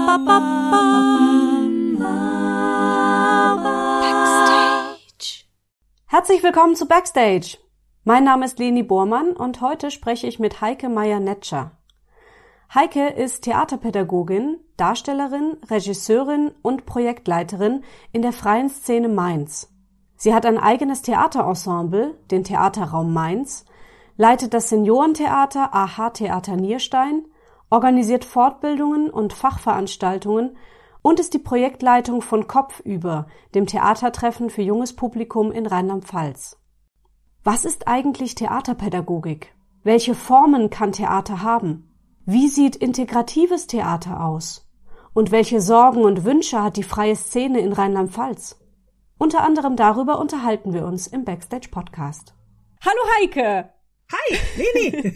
Backstage. Herzlich willkommen zu Backstage. Mein Name ist Leni Bormann und heute spreche ich mit Heike Meier-Netscher. Heike ist Theaterpädagogin, Darstellerin, Regisseurin und Projektleiterin in der freien Szene Mainz. Sie hat ein eigenes Theaterensemble, den Theaterraum Mainz, leitet das Seniorentheater AHA Theater Nierstein, organisiert Fortbildungen und Fachveranstaltungen und ist die Projektleitung von Kopfüber, dem Theatertreffen für junges Publikum in Rheinland-Pfalz. Was ist eigentlich Theaterpädagogik? Welche Formen kann Theater haben? Wie sieht integratives Theater aus? Und welche Sorgen und Wünsche hat die freie Szene in Rheinland-Pfalz? Unter anderem darüber unterhalten wir uns im Backstage-Podcast. Hallo Heike! Hi, Leni!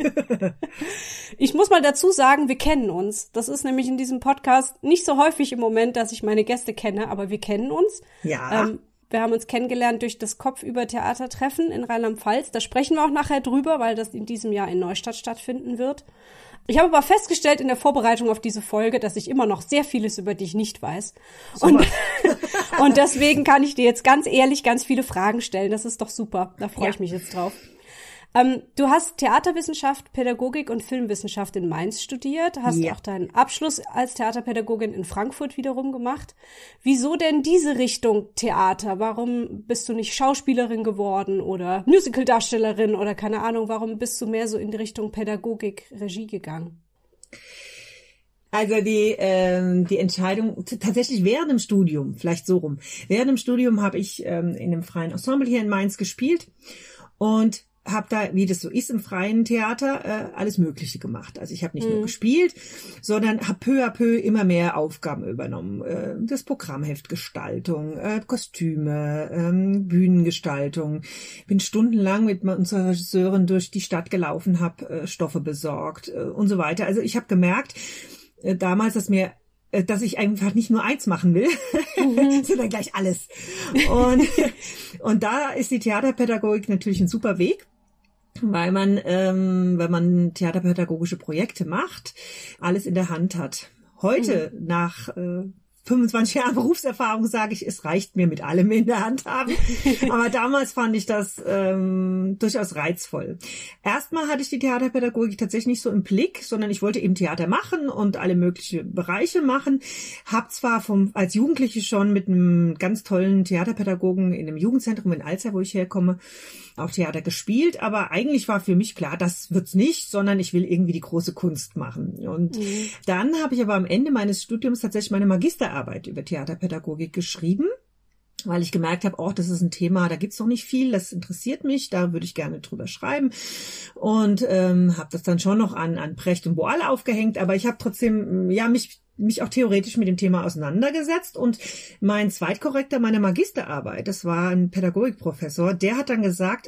Ich muss mal dazu sagen, wir kennen uns. Das ist nämlich in diesem Podcast nicht so häufig im Moment, dass ich meine Gäste kenne, aber wir kennen uns. Ja. Wir haben uns kennengelernt durch das Kopfüber-Theatertreffen in Rheinland-Pfalz. Da sprechen wir auch nachher drüber, weil das in diesem Jahr in Neustadt stattfinden wird. Ich habe aber festgestellt in der Vorbereitung auf diese Folge, dass ich immer noch sehr vieles über dich nicht weiß. Und deswegen kann ich dir jetzt ganz ehrlich ganz viele Fragen stellen. Das ist doch super. Da freue ich mich jetzt drauf. Du hast Theaterwissenschaft, Pädagogik und Filmwissenschaft in Mainz studiert, hast auch deinen Abschluss als Theaterpädagogin in Frankfurt wiederum gemacht. Wieso denn diese Richtung Theater? Warum bist du nicht Schauspielerin geworden oder Musicaldarstellerin oder keine Ahnung, warum bist du mehr so in die Richtung Pädagogik, Regie gegangen? Also die Entscheidung, tatsächlich während dem Studium, vielleicht so rum, während dem Studium habe ich in einem freien Ensemble hier in Mainz gespielt und habe da, wie das so ist im freien Theater, alles Mögliche gemacht. Also ich habe nicht nur gespielt, sondern habe peu à peu immer mehr Aufgaben übernommen. Das Programmheftgestaltung, Kostüme, Bühnengestaltung. Bin stundenlang mit unserer Regisseurin durch die Stadt gelaufen, habe Stoffe besorgt und so weiter. Also ich habe gemerkt, damals, dass ich einfach nicht nur eins machen will, sondern gleich alles. Und da ist die Theaterpädagogik natürlich ein super Weg, weil man, wenn man theaterpädagogische Projekte macht, alles in der Hand hat. Heute, nach 25 Jahren Berufserfahrung, sage ich, es reicht mir mit allem in der Hand haben. Aber damals fand ich das durchaus reizvoll. Erstmal hatte ich die Theaterpädagogik tatsächlich nicht so im Blick, sondern ich wollte eben Theater machen und alle möglichen Bereiche machen. Hab zwar als Jugendliche schon mit einem ganz tollen Theaterpädagogen in einem Jugendzentrum in Alzey, wo ich herkomme, auch Theater gespielt, aber eigentlich war für mich klar, das wird's nicht, sondern ich will irgendwie die große Kunst machen. Und dann habe ich aber am Ende meines Studiums tatsächlich meine Magisterarbeit über Theaterpädagogik geschrieben, weil ich gemerkt habe, das ist ein Thema, da gibt's noch nicht viel, das interessiert mich, da würde ich gerne drüber schreiben und habe das dann schon noch an Brecht und Boal aufgehängt, aber ich habe trotzdem mich auch theoretisch mit dem Thema auseinandergesetzt und mein Zweitkorrektor meiner Magisterarbeit, das war ein Pädagogikprofessor, der hat dann gesagt,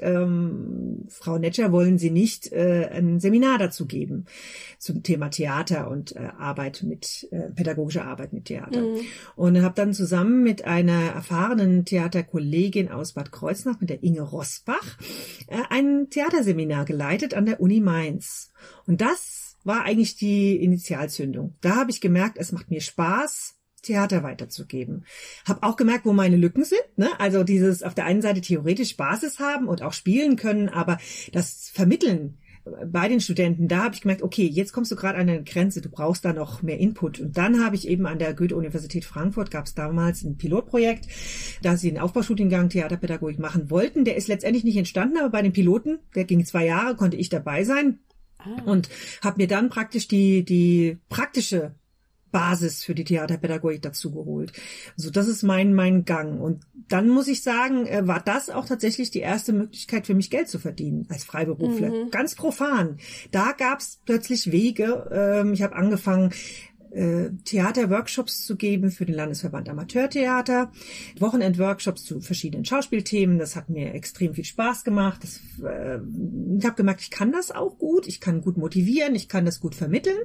Frau Netscher, wollen Sie nicht ein Seminar dazu geben zum Thema Theater und pädagogische Arbeit mit Theater. Und habe dann zusammen mit einer erfahrenen Theaterkollegin aus Bad Kreuznach, mit der Inge Rosbach, ein Theaterseminar geleitet an der Uni Mainz. Und das war eigentlich die Initialzündung. Da habe ich gemerkt, es macht mir Spaß, Theater weiterzugeben. Habe auch gemerkt, wo meine Lücken sind, ne? Also dieses auf der einen Seite theoretisch Basis haben und auch spielen können, aber das Vermitteln bei den Studenten, da habe ich gemerkt, okay, jetzt kommst du gerade an eine Grenze, du brauchst da noch mehr Input. Und dann habe ich eben an der Goethe-Universität Frankfurt, gab es damals ein Pilotprojekt, da sie einen Aufbaustudiengang Theaterpädagogik machen wollten. Der ist letztendlich nicht entstanden, aber bei den Piloten, der ging 2 Jahre, konnte ich dabei sein. Und habe mir dann praktisch die praktische Basis für die Theaterpädagogik dazu geholt. Also das ist mein Gang. Und dann muss ich sagen, war das auch tatsächlich die erste Möglichkeit für mich, Geld zu verdienen als Freiberufler. Ganz profan. Da gab's plötzlich Wege. Ich habe angefangen, Theaterworkshops zu geben für den Landesverband Amateurtheater, Wochenendworkshops zu verschiedenen Schauspielthemen. Das hat mir extrem viel Spaß gemacht. Ich habe gemerkt, ich kann das auch gut, ich kann gut motivieren, ich kann das gut vermitteln.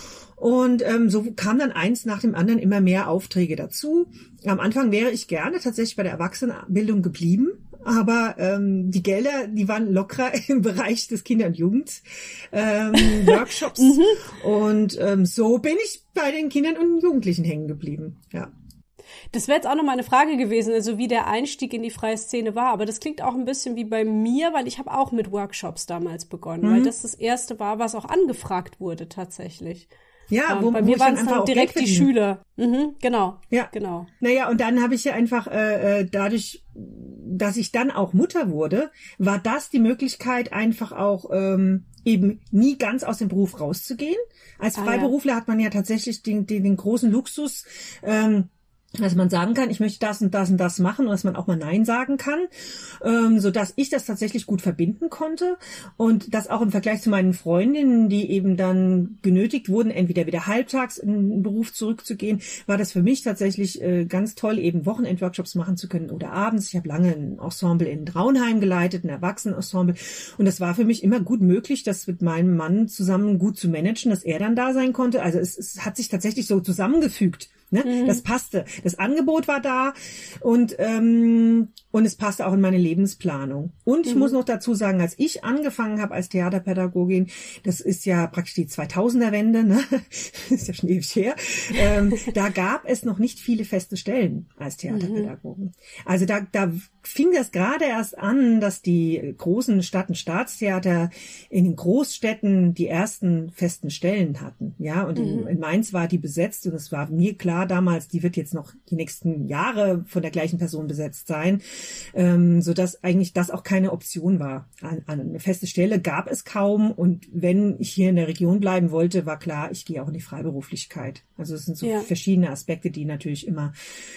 Und so kam dann eins nach dem anderen immer mehr Aufträge dazu. Am Anfang wäre ich gerne tatsächlich bei der Erwachsenenbildung geblieben, aber die Gelder, die waren lockerer im Bereich des Kinder- und Workshops. Und so bin ich bei den Kindern und Jugendlichen hängen geblieben. Ja. Das wäre jetzt auch noch mal eine Frage gewesen, also wie der Einstieg in die freie Szene war. Aber das klingt auch ein bisschen wie bei mir, weil ich habe auch mit Workshops damals begonnen, weil das erste war, was auch angefragt wurde tatsächlich. Ja, bei mir waren es dann direkt die Schüler. Genau. Ja, genau. Naja, und dann habe ich ja einfach dadurch, dass ich dann auch Mutter wurde, war das die Möglichkeit, einfach auch eben nie ganz aus dem Beruf rauszugehen. Als Freiberufler hat man ja tatsächlich den großen Luxus, dass man sagen kann, ich möchte das und das und das machen und dass man auch mal Nein sagen kann, so dass ich das tatsächlich gut verbinden konnte und das auch im Vergleich zu meinen Freundinnen, die eben dann genötigt wurden, entweder wieder halbtags in den Beruf zurückzugehen, war das für mich tatsächlich ganz toll, eben Wochenendworkshops machen zu können oder abends. Ich habe lange ein Ensemble in Traunheim geleitet, ein Erwachsenenensemble und das war für mich immer gut möglich, das mit meinem Mann zusammen gut zu managen, dass er dann da sein konnte. Also es hat sich tatsächlich so zusammengefügt. Ne? Das passte. Das Angebot war da und es passte auch in meine Lebensplanung. Und ich muss noch dazu sagen, als ich angefangen habe als Theaterpädagogin, das ist ja praktisch die 2000er-Wende, ne? Ist ja schon ewig her, da gab es noch nicht viele feste Stellen als Theaterpädagogen. Also da fing das gerade erst an, dass die großen Stadt- und Staatstheater in den Großstädten die ersten festen Stellen hatten. Ja, und in Mainz war die besetzt und es war mir klar damals, die wird jetzt noch die nächsten Jahre von der gleichen Person besetzt sein, sodass eigentlich das auch keine Option war. Eine feste Stelle gab es kaum und wenn ich hier in der Region bleiben wollte, war klar, ich gehe auch in die Freiberuflichkeit. Also es sind so verschiedene Aspekte, die natürlich immer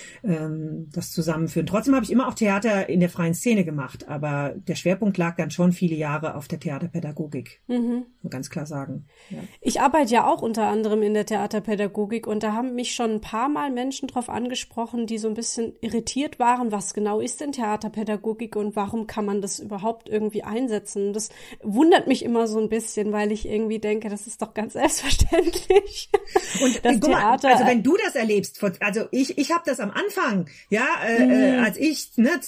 das zusammenführen. Trotzdem habe ich immer auch Theater in der freien Szene gemacht, aber der Schwerpunkt lag dann schon viele Jahre auf der Theaterpädagogik. Muss man ganz klar sagen. Ja. Ich arbeite ja auch unter anderem in der Theaterpädagogik und da haben mich schon ein paar Mal Menschen drauf angesprochen, die so ein bisschen irritiert waren, was genau ist denn Theaterpädagogik und warum kann man das überhaupt irgendwie einsetzen? Das wundert mich immer so ein bisschen, weil ich irgendwie denke, das ist doch ganz selbstverständlich. Und das Theater, also wenn du das erlebst, also ich habe das am Anfang, ja, als ich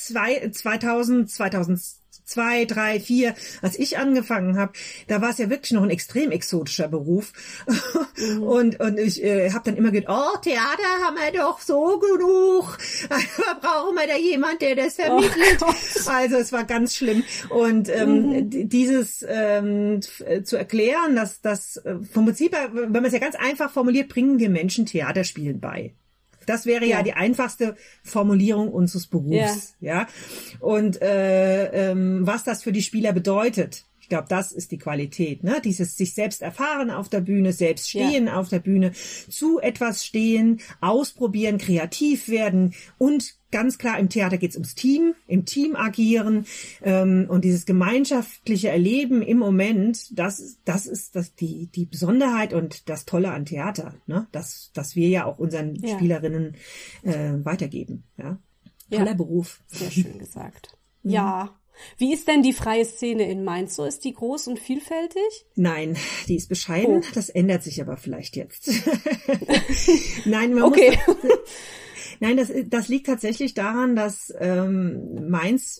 2002, 3, 4, als ich angefangen habe, da war es ja wirklich noch ein extrem exotischer Beruf. Und ich habe dann immer gedacht, oh, Theater haben wir doch so genug. Brauchen wir da jemand, der das vermittelt? Also es war ganz schlimm. Und dieses zu erklären, dass das vom Prinzip, wenn man es ja ganz einfach formuliert, bringen wir Menschen Theaterspielen bei. Das wäre ja die einfachste Formulierung unseres Berufs, ja. Und was das für die Spieler bedeutet, ich glaube, das ist die Qualität, ne? Dieses sich selbst erfahren auf der Bühne, selbst stehen auf der Bühne, zu etwas stehen, ausprobieren, kreativ werden und ganz klar, im Theater geht's ums Team, im Team agieren und dieses gemeinschaftliche Erleben im Moment, das ist die Besonderheit und das Tolle an Theater, ne? Dass wir ja auch unseren Spielerinnen weitergeben. Ja? Toller Beruf. Sehr schön gesagt. Ja. Wie ist denn die freie Szene in Mainz? So, ist die groß und vielfältig? Nein, die ist bescheiden. Das ändert sich aber vielleicht jetzt. Nein, Nein, das liegt tatsächlich daran, dass Mainz,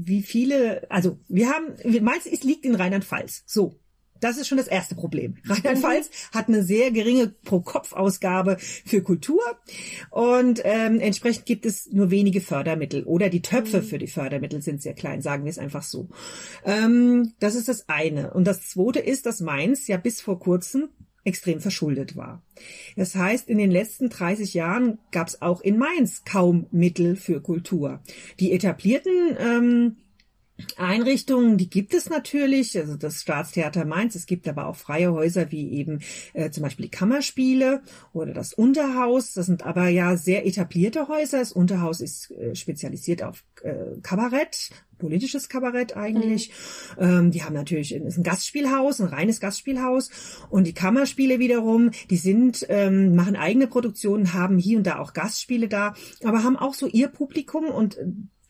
Mainz liegt in Rheinland-Pfalz. So. Das ist schon das erste Problem. Rheinland-Pfalz hat eine sehr geringe Pro-Kopf-Ausgabe für Kultur und entsprechend gibt es nur wenige Fördermittel oder die Töpfe für die Fördermittel sind sehr klein, sagen wir es einfach so. Das ist das eine. Und das zweite ist, dass Mainz ja bis vor kurzem extrem verschuldet war. Das heißt, in den letzten 30 Jahren gab es auch in Mainz kaum Mittel für Kultur. Die etablierten Einrichtungen, die gibt es natürlich, also das Staatstheater Mainz, es gibt aber auch freie Häuser wie eben zum Beispiel die Kammerspiele oder das Unterhaus, das sind aber ja sehr etablierte Häuser. Das Unterhaus ist spezialisiert auf Kabarett, politisches Kabarett eigentlich. Die haben natürlich ist ein Gastspielhaus, ein reines Gastspielhaus und die Kammerspiele wiederum, die sind machen eigene Produktionen, haben hier und da auch Gastspiele da, aber haben auch so ihr Publikum und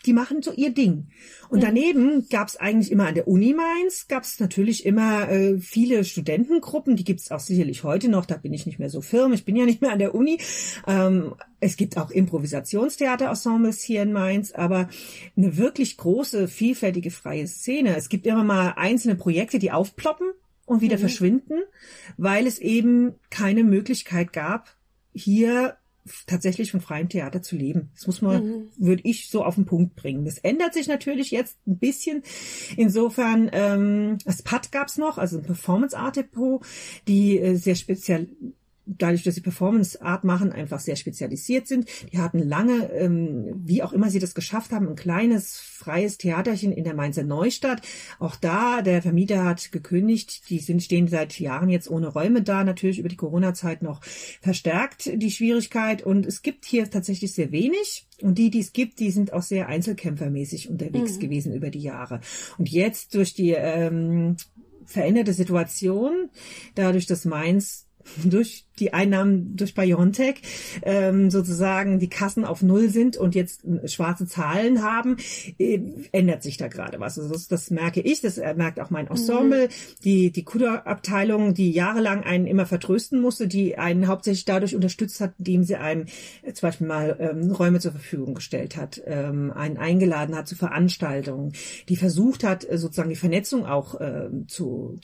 die machen so ihr Ding. Und daneben gab es eigentlich immer an der Uni Mainz, gab es natürlich immer viele Studentengruppen, die gibt es auch sicherlich heute noch, da bin ich nicht mehr so firm, ich bin ja nicht mehr an der Uni. Es gibt auch Improvisationstheaterensembles hier in Mainz, aber eine wirklich große, vielfältige freie Szene. Es gibt immer mal einzelne Projekte, die aufploppen und wieder verschwinden, weil es eben keine Möglichkeit gab, hier tatsächlich von freiem Theater zu leben. Das muss man, würde ich so auf den Punkt bringen. Das ändert sich natürlich jetzt ein bisschen. Insofern, das PAD gab's noch, also ein Performance Art Depot, die sehr speziell, dadurch, dass sie Performance Art machen, einfach sehr spezialisiert sind. Die hatten lange, wie auch immer sie das geschafft haben, ein kleines freies Theaterchen in der Mainzer Neustadt. Auch da, der Vermieter hat gekündigt, stehen seit Jahren jetzt ohne Räume da, natürlich über die Corona-Zeit noch verstärkt die Schwierigkeit. Und es gibt hier tatsächlich sehr wenig. Und die es gibt, die sind auch sehr einzelkämpfermäßig unterwegs gewesen über die Jahre. Und jetzt durch die veränderte Situation, dadurch, dass Mainz durch die Einnahmen durch BioNTech sozusagen die Kassen auf Null sind und jetzt schwarze Zahlen haben, ändert sich da gerade was. Also das merke ich, das merkt auch mein Ensemble, die Kutter-Abteilung, die jahrelang einen immer vertrösten musste, die einen hauptsächlich dadurch unterstützt hat, indem sie einem zum Beispiel mal Räume zur Verfügung gestellt hat, einen eingeladen hat zu Veranstaltungen, die versucht hat, sozusagen die Vernetzung auch zu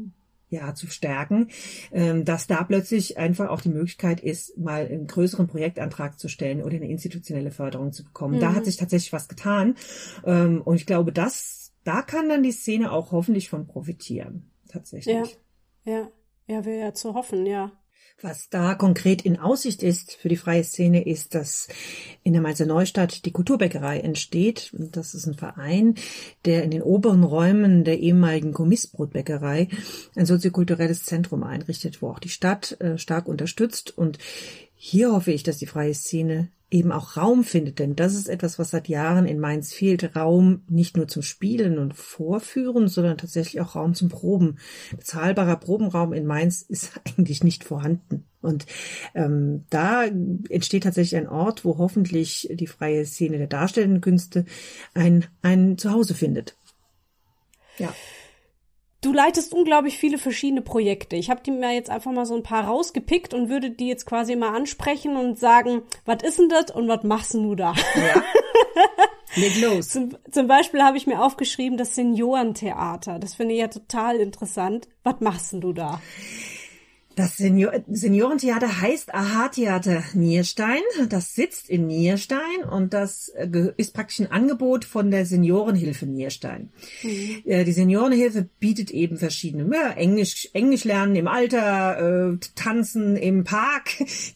stärken, dass da plötzlich einfach auch die Möglichkeit ist, mal einen größeren Projektantrag zu stellen oder eine institutionelle Förderung zu bekommen. Da hat sich tatsächlich was getan. Und ich glaube, da kann dann die Szene auch hoffentlich von profitieren. Tatsächlich. Ja, wäre ja zu hoffen, ja. Was da konkret in Aussicht ist für die freie Szene, ist, dass in der Mainzer Neustadt die Kulturbäckerei entsteht. Und das ist ein Verein, der in den oberen Räumen der ehemaligen Kommissbrotbäckerei ein soziokulturelles Zentrum einrichtet, wo auch die Stadt stark unterstützt. Und hier hoffe ich, dass die freie Szene eben auch Raum findet, denn das ist etwas, was seit Jahren in Mainz fehlt. Raum nicht nur zum Spielen und Vorführen, sondern tatsächlich auch Raum zum Proben. Bezahlbarer Probenraum in Mainz ist eigentlich nicht vorhanden. Und da entsteht tatsächlich ein Ort, wo hoffentlich die freie Szene der darstellenden Künste ein Zuhause findet. Ja. Du leitest unglaublich viele verschiedene Projekte. Ich habe mir jetzt einfach mal so ein paar rausgepickt und würde die jetzt quasi mal ansprechen und sagen, was ist denn das und was machst du da? Ja. Leg los. Zum Beispiel habe ich mir aufgeschrieben, das Seniorentheater. Das finde ich ja total interessant. Was machst denn du da? Das Seniorentheater heißt Aha-Theater Nierstein. Das sitzt in Nierstein und das ist praktisch ein Angebot von der Seniorenhilfe Nierstein. Die Seniorenhilfe bietet eben verschiedene, Englisch lernen im Alter, Tanzen im Park,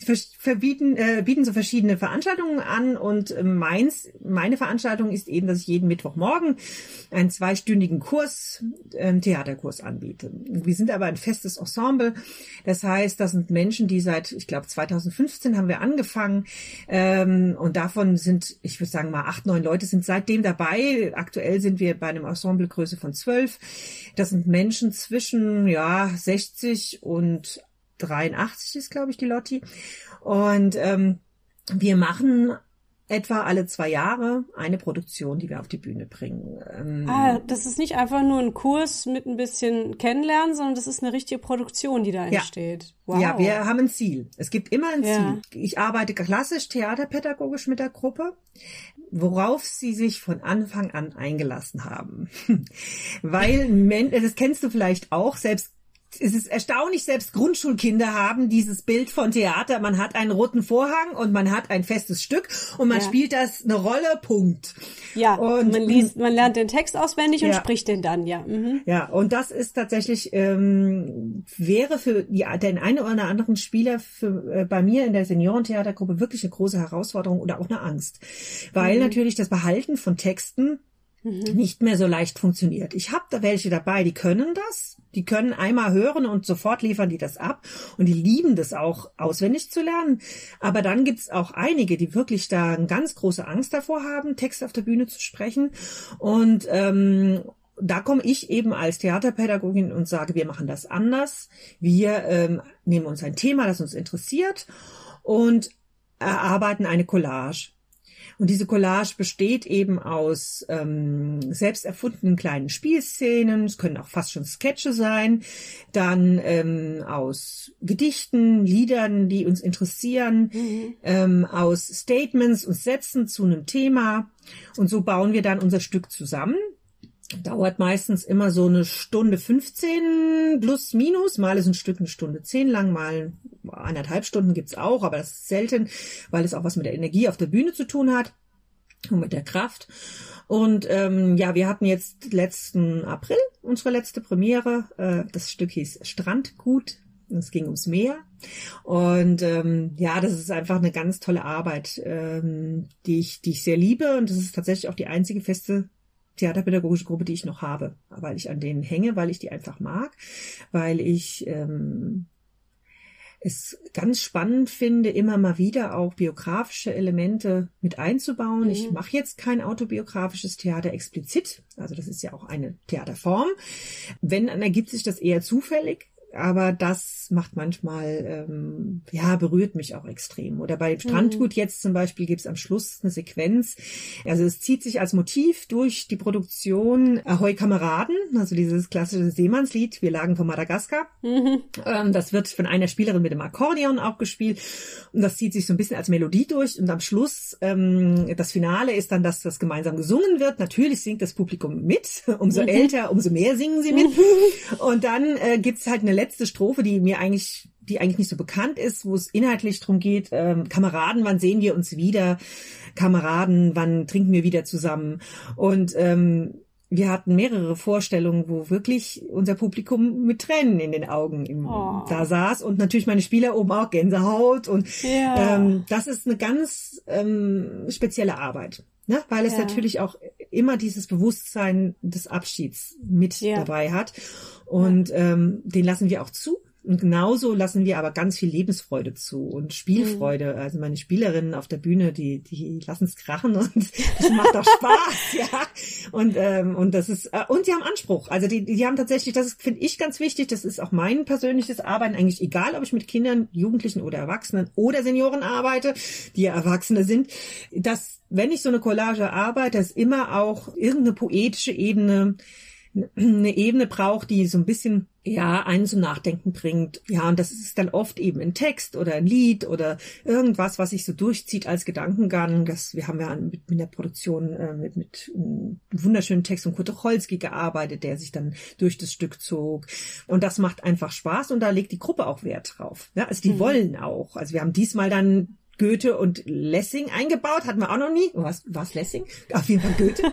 bieten so verschiedene Veranstaltungen an und meine Veranstaltung ist eben, dass ich jeden Mittwochmorgen einen 2-stündigen Kurs, Theaterkurs anbiete. Wir sind aber ein festes Ensemble. Das heißt, das sind Menschen, die seit, ich glaube, 2015 haben wir angefangen und davon sind, ich würde sagen mal 8, 9 Leute sind seitdem dabei. Aktuell sind wir bei einem Ensemblegröße von 12. Das sind Menschen zwischen 60 und 83 ist, glaube ich, die Lotti. Und wir machen etwa alle 2 Jahre eine Produktion, die wir auf die Bühne bringen. Das ist nicht einfach nur ein Kurs mit ein bisschen Kennenlernen, sondern das ist eine richtige Produktion, die da entsteht. Wow. Ja, wir haben ein Ziel. Es gibt immer ein Ziel. Ich arbeite klassisch theaterpädagogisch mit der Gruppe, worauf sie sich von Anfang an eingelassen haben. Weil, das kennst du vielleicht auch, es ist erstaunlich, selbst Grundschulkinder haben dieses Bild von Theater. Man hat einen roten Vorhang und man hat ein festes Stück und man spielt das eine Rolle, Punkt. Ja, und man lernt den Text auswendig und spricht den dann, Ja, und das ist tatsächlich, wäre für den einen oder anderen Spieler bei mir in der Seniorentheatergruppe wirklich eine große Herausforderung oder auch eine Angst. Weil natürlich das Behalten von Texten nicht mehr so leicht funktioniert. Ich habe da welche dabei, die können das. Die können einmal hören und sofort liefern die das ab. Und die lieben das auch, auswendig zu lernen. Aber dann gibt's auch einige, die wirklich da eine ganz große Angst davor haben, Text auf der Bühne zu sprechen. Und da komme ich eben als Theaterpädagogin und sage, wir machen das anders. Wir nehmen uns ein Thema, das uns interessiert und erarbeiten eine Collage. Und diese Collage besteht eben aus selbst erfundenen kleinen Spielszenen, es können auch fast schon Sketche sein, dann aus Gedichten, Liedern, die uns interessieren, aus Statements und Sätzen zu einem Thema. Und so bauen wir dann unser Stück zusammen. Dauert meistens immer so 1:15 plus minus. Mal ist ein Stück 1:10 lang, mal 1,5 Stunden gibt's auch, aber das ist selten, weil es auch was mit der Energie auf der Bühne zu tun hat und mit der Kraft. Und wir hatten jetzt letzten April unsere letzte Premiere. Das Stück hieß Strandgut. Es ging ums Meer. Und das ist einfach eine ganz tolle Arbeit, die ich sehr liebe. Und das ist tatsächlich auch die einzige feste theaterpädagogische Gruppe, die ich noch habe, weil ich an denen hänge, weil ich die einfach mag, weil ich es ganz spannend finde, immer mal wieder auch biografische Elemente mit einzubauen. Ich mache jetzt kein autobiografisches Theater explizit, also das ist ja auch eine Theaterform. Wenn, dann ergibt sich das eher zufällig. Aber das macht manchmal, berührt mich auch extrem. Oder bei Strandgut jetzt zum Beispiel gibt's am Schluss eine Sequenz. Also es zieht sich als Motiv durch die Produktion Ahoi Kameraden, also dieses klassische Seemannslied, wir lagen vor Madagaskar. Das wird von einer Spielerin mit dem Akkordeon auch gespielt. Und das zieht sich so ein bisschen als Melodie durch. Und am Schluss, das Finale ist dann, dass das gemeinsam gesungen wird. Natürlich singt das Publikum mit. Umso älter, umso mehr singen sie mit. Und dann gibt's halt eine letzte Strophe, die eigentlich nicht so bekannt ist, wo es inhaltlich drum geht, Kameraden, wann sehen wir uns wieder? Kameraden, wann trinken wir wieder zusammen? Und wir hatten mehrere Vorstellungen, wo wirklich unser Publikum mit Tränen in den Augen da saß und natürlich meine Spieler oben auch Gänsehaut und das ist eine ganz spezielle Arbeit. Ne? Weil es natürlich auch immer dieses Bewusstsein des Abschieds mit dabei hat. Und den lassen wir auch zu. Und genauso lassen wir aber ganz viel Lebensfreude zu und Spielfreude. Also meine Spielerinnen auf der Bühne, die lassen es krachen und das macht auch Spaß, ja. Und das ist und die haben Anspruch. Also die haben tatsächlich, das finde ich ganz wichtig. Das ist auch mein persönliches Arbeiten. Eigentlich egal, ob ich mit Kindern, Jugendlichen oder Erwachsenen oder Senioren arbeite, die ja Erwachsene sind, dass wenn ich so eine Collage arbeite, dass immer auch irgendeine poetische Ebene, eine Ebene braucht, die so ein bisschen einen zum Nachdenken bringt. Ja, und das ist dann oft eben ein Text oder ein Lied oder irgendwas, was sich so durchzieht als Gedankengang. Wir haben ja mit der Produktion mit einem wunderschönen Text von Kurt Tucholsky gearbeitet, der sich dann durch das Stück zog. Und das macht einfach Spaß und da legt die Gruppe auch Wert drauf. Ja, also die wollen auch. Also wir haben diesmal dann Goethe und Lessing eingebaut, hatten wir auch noch nie. Was Lessing? Auf jeden Fall Goethe.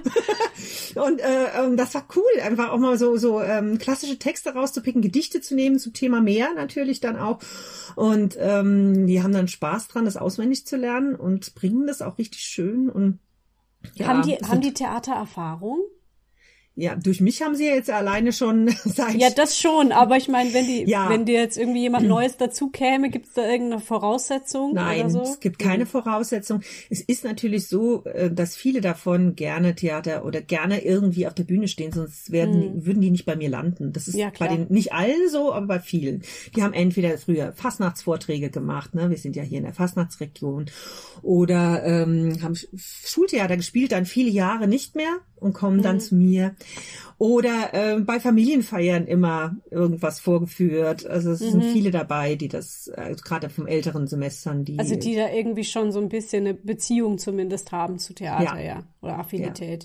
Und das war cool, einfach auch mal so klassische Texte rauszupicken, Gedichte zu nehmen zum Thema Meer natürlich dann auch. Und die haben dann Spaß dran, das auswendig zu lernen und bringen das auch richtig schön. Und haben die Theatererfahrung? Ja, durch mich haben sie ja jetzt alleine schon seit... Ja, das schon, aber ich meine, wenn dir jetzt irgendwie jemand Neues dazu käme, gibt es da irgendeine Voraussetzung? Nein, oder so? Es gibt keine Voraussetzung. Es ist natürlich so, dass viele davon gerne Theater oder gerne irgendwie auf der Bühne stehen, sonst würden die nicht bei mir landen. Das ist bei den, nicht allen so, aber bei vielen. Die haben entweder früher Fastnachtsvorträge gemacht, ne? Wir sind ja hier in der Fastnachtsregion, oder haben Schultheater gespielt, dann viele Jahre nicht mehr und kommen dann zu mir. Oder bei Familienfeiern immer irgendwas vorgeführt. Also es sind viele dabei, die das, gerade vom älteren Semestern, die da irgendwie schon so ein bisschen eine Beziehung zumindest haben zu Theater, oder Affinität,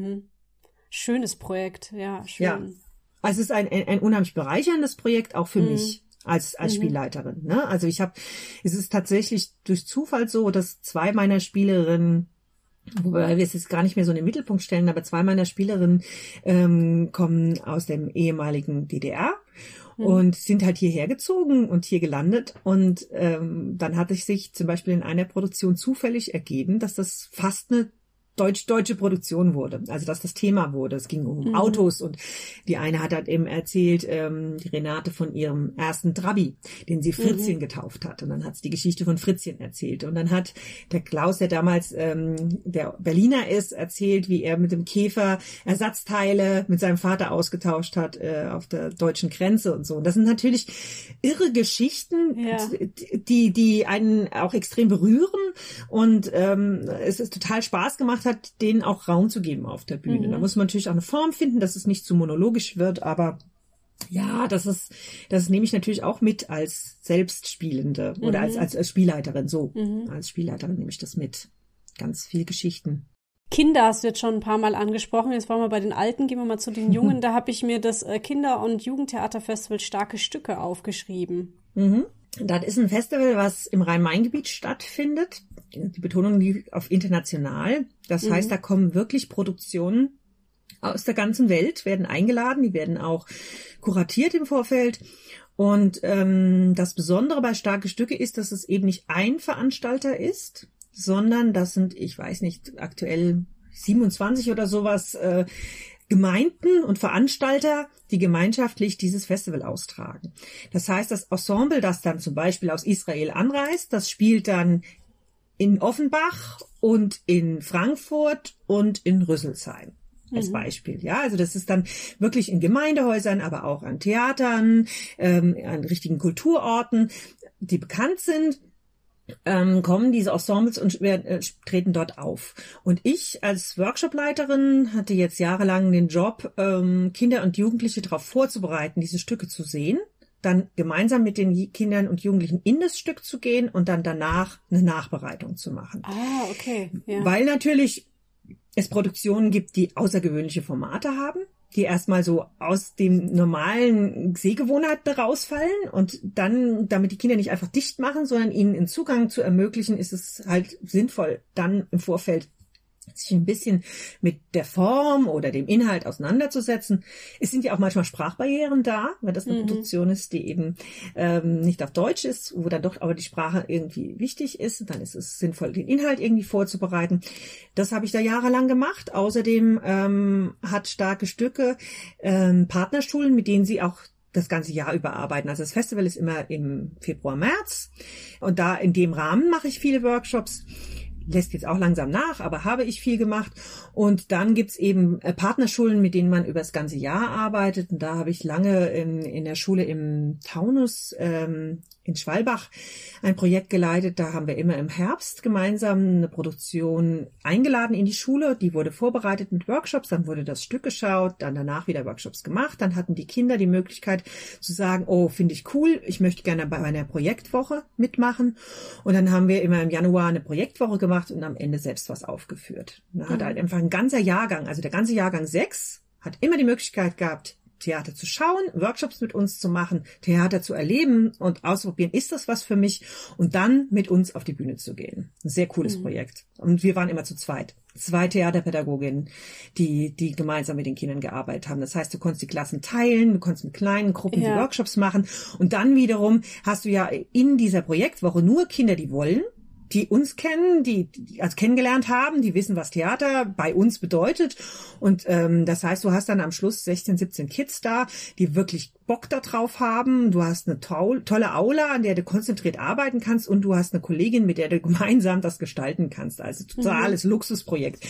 Schönes Projekt, schön. Ja, also es ist ein unheimlich bereicherndes Projekt, auch für mich als Spielleiterin. Ne? Also es ist tatsächlich durch Zufall so, dass zwei meiner Spielerinnen, wobei wir es jetzt gar nicht mehr so in den Mittelpunkt stellen, aber zwei meiner Spielerinnen kommen aus dem ehemaligen DDR und sind halt hierher gezogen und hier gelandet. Und dann hatte sich zum Beispiel in einer Produktion zufällig ergeben, dass das fast eine deutsche Produktion wurde, also dass das Thema wurde. Es ging um Autos und die eine hat halt eben erzählt, die Renate von ihrem ersten Trabi, den sie Fritzchen getauft hat. Und dann hat sie die Geschichte von Fritzchen erzählt. Und dann hat der Klaus, der damals der Berliner ist, erzählt, wie er mit dem Käfer Ersatzteile mit seinem Vater ausgetauscht hat auf der deutschen Grenze und so. Und das sind natürlich irre Geschichten, die einen auch extrem berühren und es ist total Spaß gemacht hat, denen auch Raum zu geben auf der Bühne. Da muss man natürlich auch eine Form finden, dass es nicht zu monologisch wird, aber ja, das nehme ich natürlich auch mit als Selbstspielende oder als Spielleiterin, so. Als Spielleiterin nehme ich das mit. Ganz viel Geschichten. Kinder hast du jetzt schon ein paar Mal angesprochen. Jetzt waren wir bei den Alten, gehen wir mal zu den Jungen. Da habe ich mir das Kinder- und Jugendtheaterfestival Starke Stücke aufgeschrieben. Das ist ein Festival, was im Rhein-Main-Gebiet stattfindet. Die Betonung liegt auf international. Das heißt, da kommen wirklich Produktionen aus der ganzen Welt, werden eingeladen. Die werden auch kuratiert im Vorfeld. Und das Besondere bei Starke Stücke ist, dass es eben nicht ein Veranstalter ist, sondern das sind, ich weiß nicht, aktuell 27 oder sowas Gemeinden und Veranstalter, die gemeinschaftlich dieses Festival austragen. Das heißt, das Ensemble, das dann zum Beispiel aus Israel anreist, das spielt dann in Offenbach und in Frankfurt und in Rüsselsheim. Als Beispiel, ja, also das ist dann wirklich in Gemeindehäusern, aber auch an Theatern, an richtigen Kulturorten, die bekannt sind. Kommen diese Ensembles und treten dort auf. Und ich als Workshopleiterin hatte jetzt jahrelang den Job, Kinder und Jugendliche darauf vorzubereiten, diese Stücke zu sehen, dann gemeinsam mit den Kindern und Jugendlichen in das Stück zu gehen und dann danach eine Nachbereitung zu machen. Ah, okay. Ja. Weil natürlich es Produktionen gibt, die außergewöhnliche Formate haben, die erstmal so aus dem normalen Sehgewohnheiten rausfallen und dann, damit die Kinder nicht einfach dicht machen, sondern ihnen einen Zugang zu ermöglichen, ist es halt sinnvoll, dann im Vorfeld sich ein bisschen mit der Form oder dem Inhalt auseinanderzusetzen. Es sind ja auch manchmal Sprachbarrieren da, weil das eine Produktion ist, die eben nicht auf Deutsch ist, wo dann doch aber die Sprache irgendwie wichtig ist. Dann ist es sinnvoll, den Inhalt irgendwie vorzubereiten. Das habe ich da jahrelang gemacht. Außerdem hat Starke Stücke Partnerschulen, mit denen sie auch das ganze Jahr über arbeiten. Also das Festival ist immer im Februar, März und da in dem Rahmen mache ich viele Workshops. Lässt jetzt auch langsam nach, aber habe ich viel gemacht. Und dann gibt's eben Partnerschulen, mit denen man über das ganze Jahr arbeitet. Und da habe ich lange in der Schule im Taunus in Schwalbach ein Projekt geleitet. Da haben wir immer im Herbst gemeinsam eine Produktion eingeladen in die Schule. Die wurde vorbereitet mit Workshops. Dann wurde das Stück geschaut, dann danach wieder Workshops gemacht. Dann hatten die Kinder die Möglichkeit zu sagen, oh, finde ich cool, ich möchte gerne bei einer Projektwoche mitmachen. Und dann haben wir immer im Januar eine Projektwoche gemacht und am Ende selbst was aufgeführt. Da hat halt einfach ein ganzer Jahrgang, also der ganze Jahrgang 6, hat immer die Möglichkeit gehabt, Theater zu schauen, Workshops mit uns zu machen, Theater zu erleben und ausprobieren, ist das was für mich? Und dann mit uns auf die Bühne zu gehen. Ein sehr cooles Projekt. Und wir waren immer zu zweit. 2 Theaterpädagoginnen, die gemeinsam mit den Kindern gearbeitet haben. Das heißt, du konntest die Klassen teilen, du konntest mit kleinen Gruppen die Workshops machen. Und dann wiederum hast du ja in dieser Projektwoche nur Kinder, die wollen, die uns kennen, die als kennengelernt haben, die wissen, was Theater bei uns bedeutet. Und das heißt, du hast dann am Schluss 16, 17 Kids da, die wirklich Bock da drauf haben. Du hast eine tolle Aula, an der du konzentriert arbeiten kannst und du hast eine Kollegin, mit der du gemeinsam das gestalten kannst. Also totales Luxusprojekt.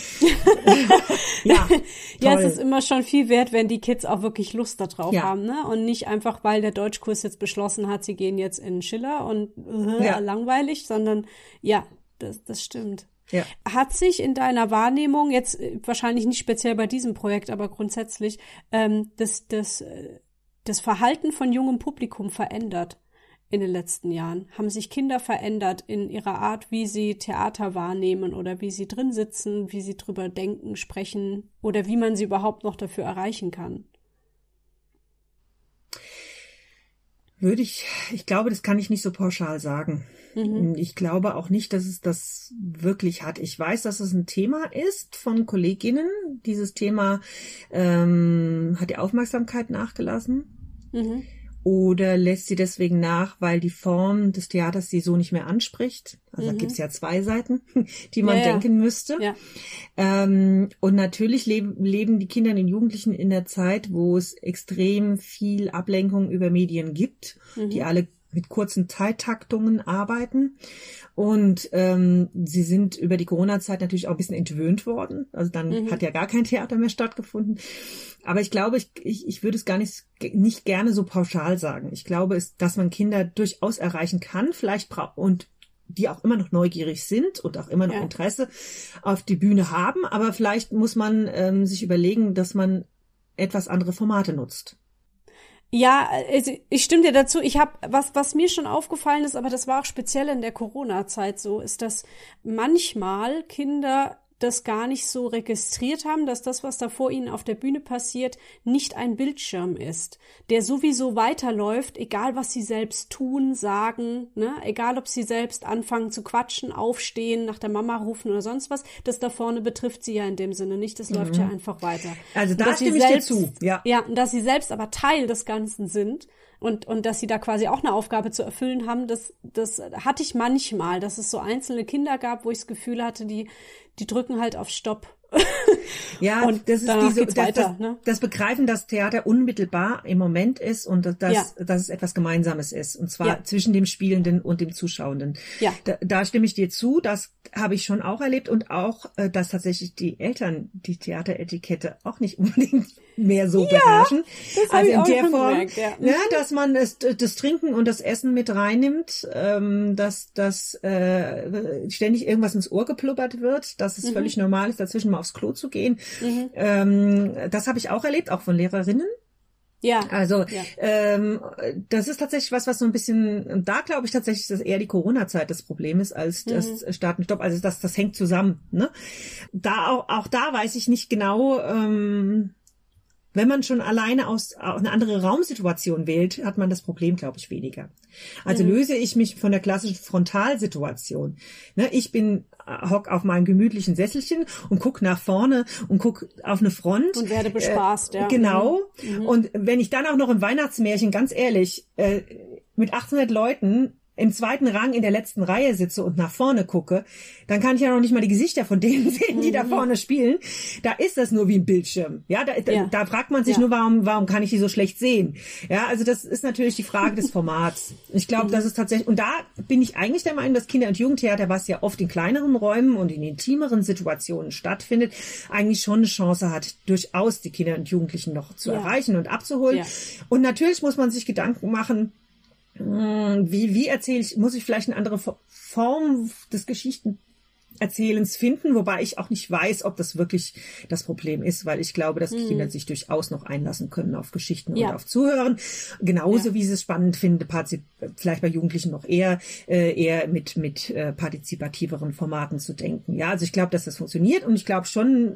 Ja, es ist immer schon viel wert, wenn die Kids auch wirklich Lust da drauf haben, ne? Und nicht einfach, weil der Deutschkurs jetzt beschlossen hat, sie gehen jetzt in Schiller und langweilig, sondern das stimmt. Ja. Hat sich in deiner Wahrnehmung, jetzt wahrscheinlich nicht speziell bei diesem Projekt, aber grundsätzlich, das Verhalten von jungem Publikum verändert in den letzten Jahren? Haben sich Kinder verändert in ihrer Art, wie sie Theater wahrnehmen oder wie sie drin sitzen, wie sie drüber denken, sprechen oder wie man sie überhaupt noch dafür erreichen kann? Ich glaube, das kann ich nicht so pauschal sagen. Ich glaube auch nicht, dass es das wirklich hat. Ich weiß, dass es ein Thema ist von Kolleginnen. Dieses Thema hat die Aufmerksamkeit nachgelassen. Oder lässt sie deswegen nach, weil die Form des Theaters sie so nicht mehr anspricht? Also da gibt's ja zwei Seiten, die man denken müsste. Ja. Und natürlich leben die Kinder und die Jugendlichen in der Zeit, wo es extrem viel Ablenkung über Medien gibt, die alle mit kurzen Zeittaktungen arbeiten. Und sie sind über die Corona-Zeit natürlich auch ein bisschen entwöhnt worden. Also dann hat ja gar kein Theater mehr stattgefunden. Aber ich glaube, ich würde es gar nicht gerne so pauschal sagen. Ich glaube, dass man Kinder durchaus erreichen kann, vielleicht und die auch immer noch neugierig sind und auch immer noch Interesse auf die Bühne haben. Aber vielleicht muss man sich überlegen, dass man etwas andere Formate nutzt. Ja, also ich stimme dir dazu. Ich habe was mir schon aufgefallen ist, aber das war auch speziell in der Corona-Zeit so, ist, dass manchmal Kinder das gar nicht so registriert haben, dass das, was da vor ihnen auf der Bühne passiert, nicht ein Bildschirm ist, der sowieso weiterläuft, egal was sie selbst tun, sagen, ne, egal ob sie selbst anfangen zu quatschen, aufstehen, nach der Mama rufen oder sonst was, das da vorne betrifft sie ja in dem Sinne nicht, das läuft ja einfach weiter. Also da stimme ich dir zu, ja. Ja, und dass sie selbst aber Teil des Ganzen sind und dass sie da quasi auch eine Aufgabe zu erfüllen haben, das hatte ich manchmal, dass es so einzelne Kinder gab, wo ich das Gefühl hatte, die drücken halt auf Stopp. Ja, und das ist das Begreifen, dass Theater unmittelbar im Moment ist und dass es etwas Gemeinsames ist. Und zwar zwischen dem Spielenden und dem Zuschauenden. Ja. Da stimme ich dir zu. Das habe ich schon auch erlebt und auch, dass tatsächlich die Eltern die Theateretikette auch nicht unbedingt mehr so beherrschen. Das also in der Form, gemerkt, dass man das Trinken und das Essen mit reinnimmt, dass ständig irgendwas ins Ohr geplubbert wird, dass es völlig normal ist, dazwischen mal aufs Klo zu gehen. Das habe ich auch erlebt, auch von Lehrerinnen. Ja. Also das ist tatsächlich was so ein bisschen, da glaube ich tatsächlich, dass eher die Corona-Zeit das Problem ist, als das Start und Stopp. Also das hängt zusammen. Ne? Auch da weiß ich nicht genau, wenn man schon alleine aus eine andere Raumsituation wählt, hat man das Problem, glaube ich, weniger. Also löse ich mich von der klassischen Frontalsituation. Ne, ich hock auf meinem gemütlichen Sesselchen und guck nach vorne und guck auf eine Front. Und werde bespaßt, ja. Genau. Und wenn ich dann auch noch im Weihnachtsmärchen, ganz ehrlich, mit 800 Leuten im zweiten Rang in der letzten Reihe sitze und nach vorne gucke, dann kann ich ja noch nicht mal die Gesichter von denen sehen, die da vorne spielen. Da ist das nur wie ein Bildschirm. Ja, da fragt man sich nur, warum kann ich die so schlecht sehen? Ja, also das ist natürlich die Frage des Formats. Ich glaube, das ist tatsächlich, und da bin ich eigentlich der Meinung, dass Kinder- und Jugendtheater, was ja oft in kleineren Räumen und in intimeren Situationen stattfindet, eigentlich schon eine Chance hat, durchaus die Kinder und Jugendlichen noch zu erreichen und abzuholen. Ja. Und natürlich muss man sich Gedanken machen, wie muss ich vielleicht eine andere Form des Geschichtenerzählens finden, wobei ich auch nicht weiß, ob das wirklich das Problem ist, weil ich glaube, dass Kinder sich durchaus noch einlassen können auf Geschichten und auf Zuhören, genauso wie sie es spannend finden, vielleicht bei Jugendlichen noch eher mit partizipativeren Formaten zu denken. Ja, also ich glaube, dass das funktioniert und ich glaube schon,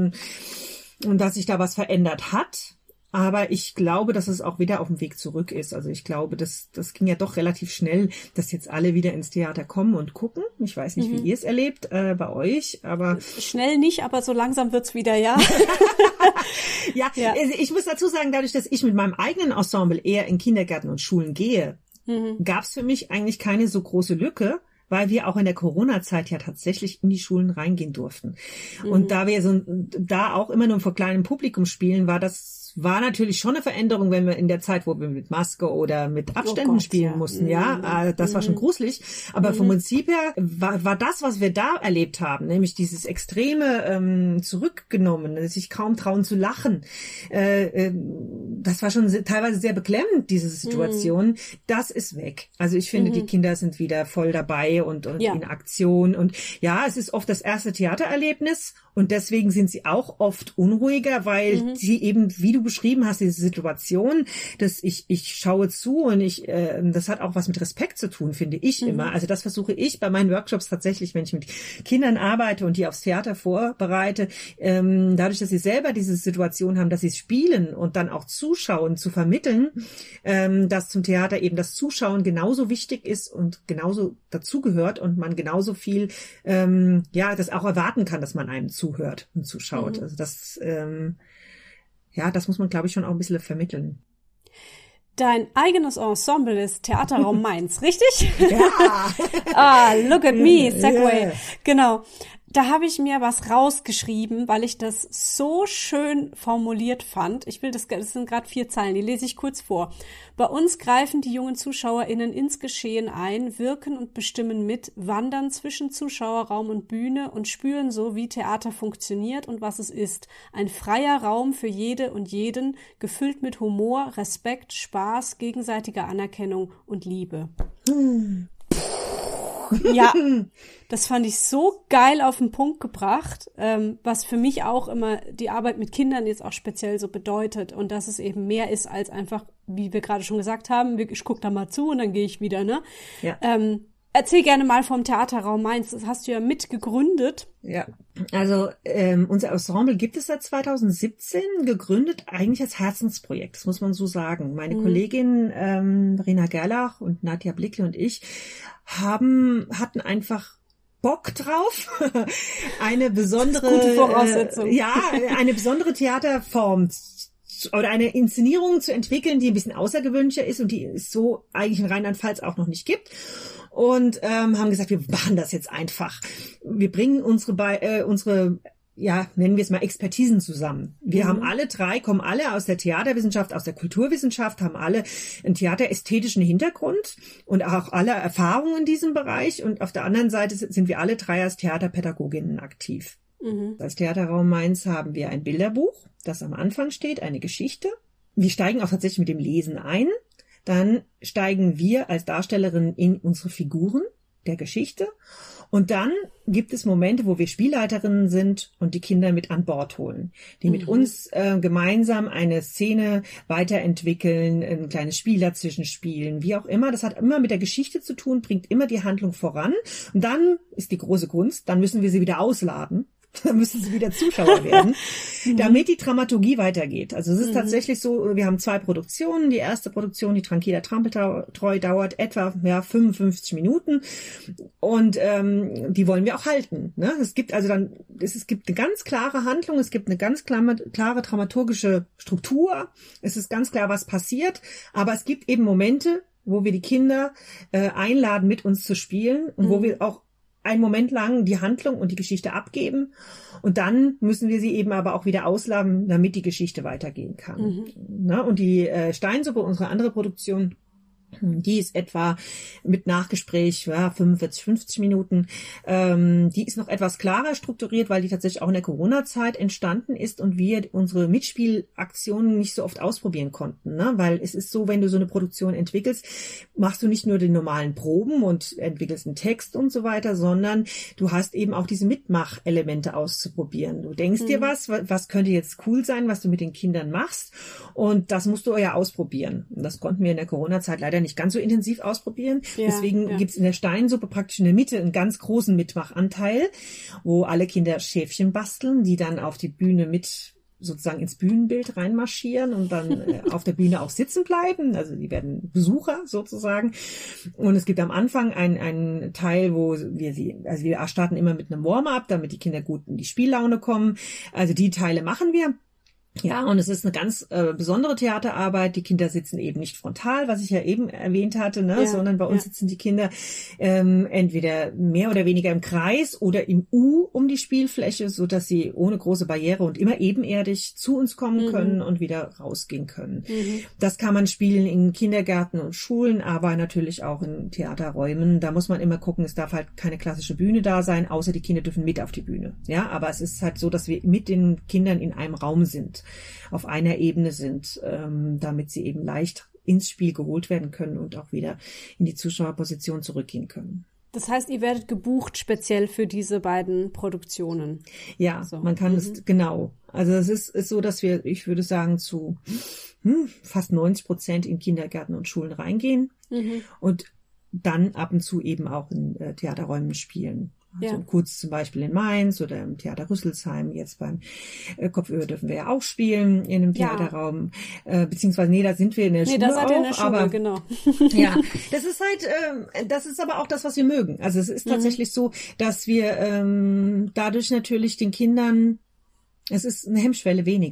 dass sich da was verändert hat. Aber ich glaube, dass es auch wieder auf dem Weg zurück ist. Also ich glaube, das ging ja doch relativ schnell, dass jetzt alle wieder ins Theater kommen und gucken. Ich weiß nicht, wie ihr es erlebt bei euch, aber schnell nicht, aber so langsam wird's wieder, ja. Ja, ich muss dazu sagen, dadurch, dass ich mit meinem eigenen Ensemble eher in Kindergärten und Schulen gehe, gab's für mich eigentlich keine so große Lücke, weil wir auch in der Corona-Zeit ja tatsächlich in die Schulen reingehen durften. Und da wir da auch immer nur vor kleinem Publikum spielen, war natürlich schon eine Veränderung, wenn wir in der Zeit, wo wir mit Maske oder mit Abständen spielen mussten, das war schon gruselig. Aber vom Prinzip her war das, was wir da erlebt haben, nämlich dieses extreme Zurückgenommen, sich kaum trauen zu lachen, das war schon teilweise sehr beklemmend, diese Situation. Das ist weg. Also ich finde, die Kinder sind wieder voll dabei und in Aktion. Und ja, es ist oft das erste Theatererlebnis und deswegen sind sie auch oft unruhiger, weil sie eben, wie du beschrieben hast, diese Situation, dass ich schaue zu und das hat auch was mit Respekt zu tun, finde ich immer. Also das versuche ich bei meinen Workshops tatsächlich, wenn ich mit Kindern arbeite und die aufs Theater vorbereite, dadurch, dass sie selber diese Situation haben, dass sie spielen und dann auch zuschauen, zu vermitteln, dass zum Theater eben das Zuschauen genauso wichtig ist und genauso dazugehört und man genauso viel, das auch erwarten kann, dass man einem zuhört und zuschaut. Also das muss man, glaube ich, schon auch ein bisschen vermitteln. Dein eigenes Ensemble ist Theaterraum Mainz, richtig? Ja. Look at me, Segway. Yeah. Genau. Da habe ich mir was rausgeschrieben, weil ich das so schön formuliert fand. Das sind gerade 4 Zeilen, die lese ich kurz vor. Bei uns greifen die jungen ZuschauerInnen ins Geschehen ein, wirken und bestimmen mit, wandern zwischen Zuschauerraum und Bühne und spüren so, wie Theater funktioniert und was es ist. Ein freier Raum für jede und jeden, gefüllt mit Humor, Respekt, Spaß, gegenseitiger Anerkennung und Liebe. Ja, das fand ich so geil auf den Punkt gebracht, was für mich auch immer die Arbeit mit Kindern jetzt auch speziell so bedeutet und dass es eben mehr ist als einfach, wie wir gerade schon gesagt haben, ich gucke da mal zu und dann gehe ich wieder, ne? Ja. Erzähl gerne mal vom Theaterraum Mainz, das hast du ja mitgegründet. Ja, also unser Ensemble gibt es seit 2017, gegründet eigentlich als Herzensprojekt, das muss man so sagen. Meine Kollegin Verena Gerlach und Nadja Blickle und ich hatten einfach Bock drauf, eine besondere gute Voraussetzung. Eine besondere Theaterform oder eine Inszenierung zu entwickeln, die ein bisschen außergewöhnlicher ist und die es so eigentlich in Rheinland-Pfalz auch noch nicht gibt. Und haben gesagt, wir machen das jetzt einfach. Wir bringen unsere nennen wir es mal Expertisen zusammen. Wir haben kommen alle aus der Theaterwissenschaft, aus der Kulturwissenschaft, haben alle einen theaterästhetischen Hintergrund und auch alle Erfahrungen in diesem Bereich. Und auf der anderen Seite sind wir alle 3 als Theaterpädagoginnen aktiv. Als Theaterraum Mainz haben wir ein Bilderbuch, das am Anfang steht, eine Geschichte. Wir steigen auch tatsächlich mit dem Lesen ein. Dann steigen wir als Darstellerin in unsere Figuren der Geschichte. Und dann gibt es Momente, wo wir Spielleiterinnen sind und die Kinder mit an Bord holen, die mit uns gemeinsam eine Szene weiterentwickeln, ein kleines Spiel dazwischen spielen, wie auch immer. Das hat immer mit der Geschichte zu tun, bringt immer die Handlung voran. Und dann ist die große Kunst, dann müssen wir sie wieder ausladen. Dann müssen sie wieder Zuschauer werden, damit die Dramaturgie weitergeht. Also es ist tatsächlich so, wir haben 2 Produktionen. Die erste Produktion, die Tranquilla Trampeltreu, dauert etwa 55 Minuten und die wollen wir auch halten. Ne? Es gibt eine ganz klare Handlung, es gibt eine ganz klare dramaturgische Struktur. Es ist ganz klar, was passiert, aber es gibt eben Momente, wo wir die Kinder einladen, mit uns zu spielen und wo wir auch einen Moment lang die Handlung und die Geschichte abgeben und dann müssen wir sie eben aber auch wieder ausladen, damit die Geschichte weitergehen kann. Na, und die Steinsuppe, unsere andere Produktion, die ist etwa mit Nachgespräch 45, 50 Minuten. Die ist noch etwas klarer strukturiert, weil die tatsächlich auch in der Corona-Zeit entstanden ist und wir unsere Mitspielaktionen nicht so oft ausprobieren konnten. Ne? Weil es ist so, wenn du so eine Produktion entwickelst, machst du nicht nur die normalen Proben und entwickelst einen Text und so weiter, sondern du hast eben auch diese Mitmachelemente auszuprobieren. Du denkst dir was könnte jetzt cool sein, was du mit den Kindern machst und das musst du ja ausprobieren. Und das konnten wir in der Corona-Zeit leider nicht ganz so intensiv ausprobieren. Deswegen gibt's in der Steinsuppe praktisch in der Mitte einen ganz großen Mitmachanteil, wo alle Kinder Schäfchen basteln, die dann auf die Bühne mit sozusagen ins Bühnenbild reinmarschieren und dann auf der Bühne auch sitzen bleiben. Also die werden Besucher sozusagen. Und es gibt am Anfang einen Teil, wo wir starten immer mit einem Warm-up, damit die Kinder gut in die Spiellaune kommen. Also die Teile machen wir. Ja, und es ist eine ganz besondere Theaterarbeit. Die Kinder sitzen eben nicht frontal, was ich ja eben erwähnt hatte, sondern bei uns sitzen die Kinder entweder mehr oder weniger im Kreis oder im U um die Spielfläche, so dass sie ohne große Barriere und immer ebenerdig zu uns kommen können und wieder rausgehen können. Das kann man spielen in Kindergärten und Schulen, aber natürlich auch in Theaterräumen. Da muss man immer gucken, es darf halt keine klassische Bühne da sein, außer die Kinder dürfen mit auf die Bühne. Ja, aber es ist halt so, dass wir mit den Kindern in einem Raum sind, auf einer Ebene sind, damit sie eben leicht ins Spiel geholt werden können und auch wieder in die Zuschauerposition zurückgehen können. Das heißt, ihr werdet gebucht speziell für diese beiden Produktionen? Ja, so. Man kann es, genau. Also es ist so, dass wir, ich würde sagen, zu fast 90% in Kindergärten und Schulen reingehen und dann ab und zu eben auch in Theaterräumen spielen. Also kurz zum Beispiel in Mainz oder im Theater Rüsselsheim. Jetzt beim Kopföhr dürfen wir ja auch spielen in einem Theaterraum. Beziehungsweise, da sind wir in der Schule da seid ihr in der auch, Schule, aber, genau. Ja, das ist halt, das ist aber auch das, was wir mögen. Also es ist tatsächlich so, dass wir dadurch natürlich den Kindern, es ist eine Hemmschwelle weniger.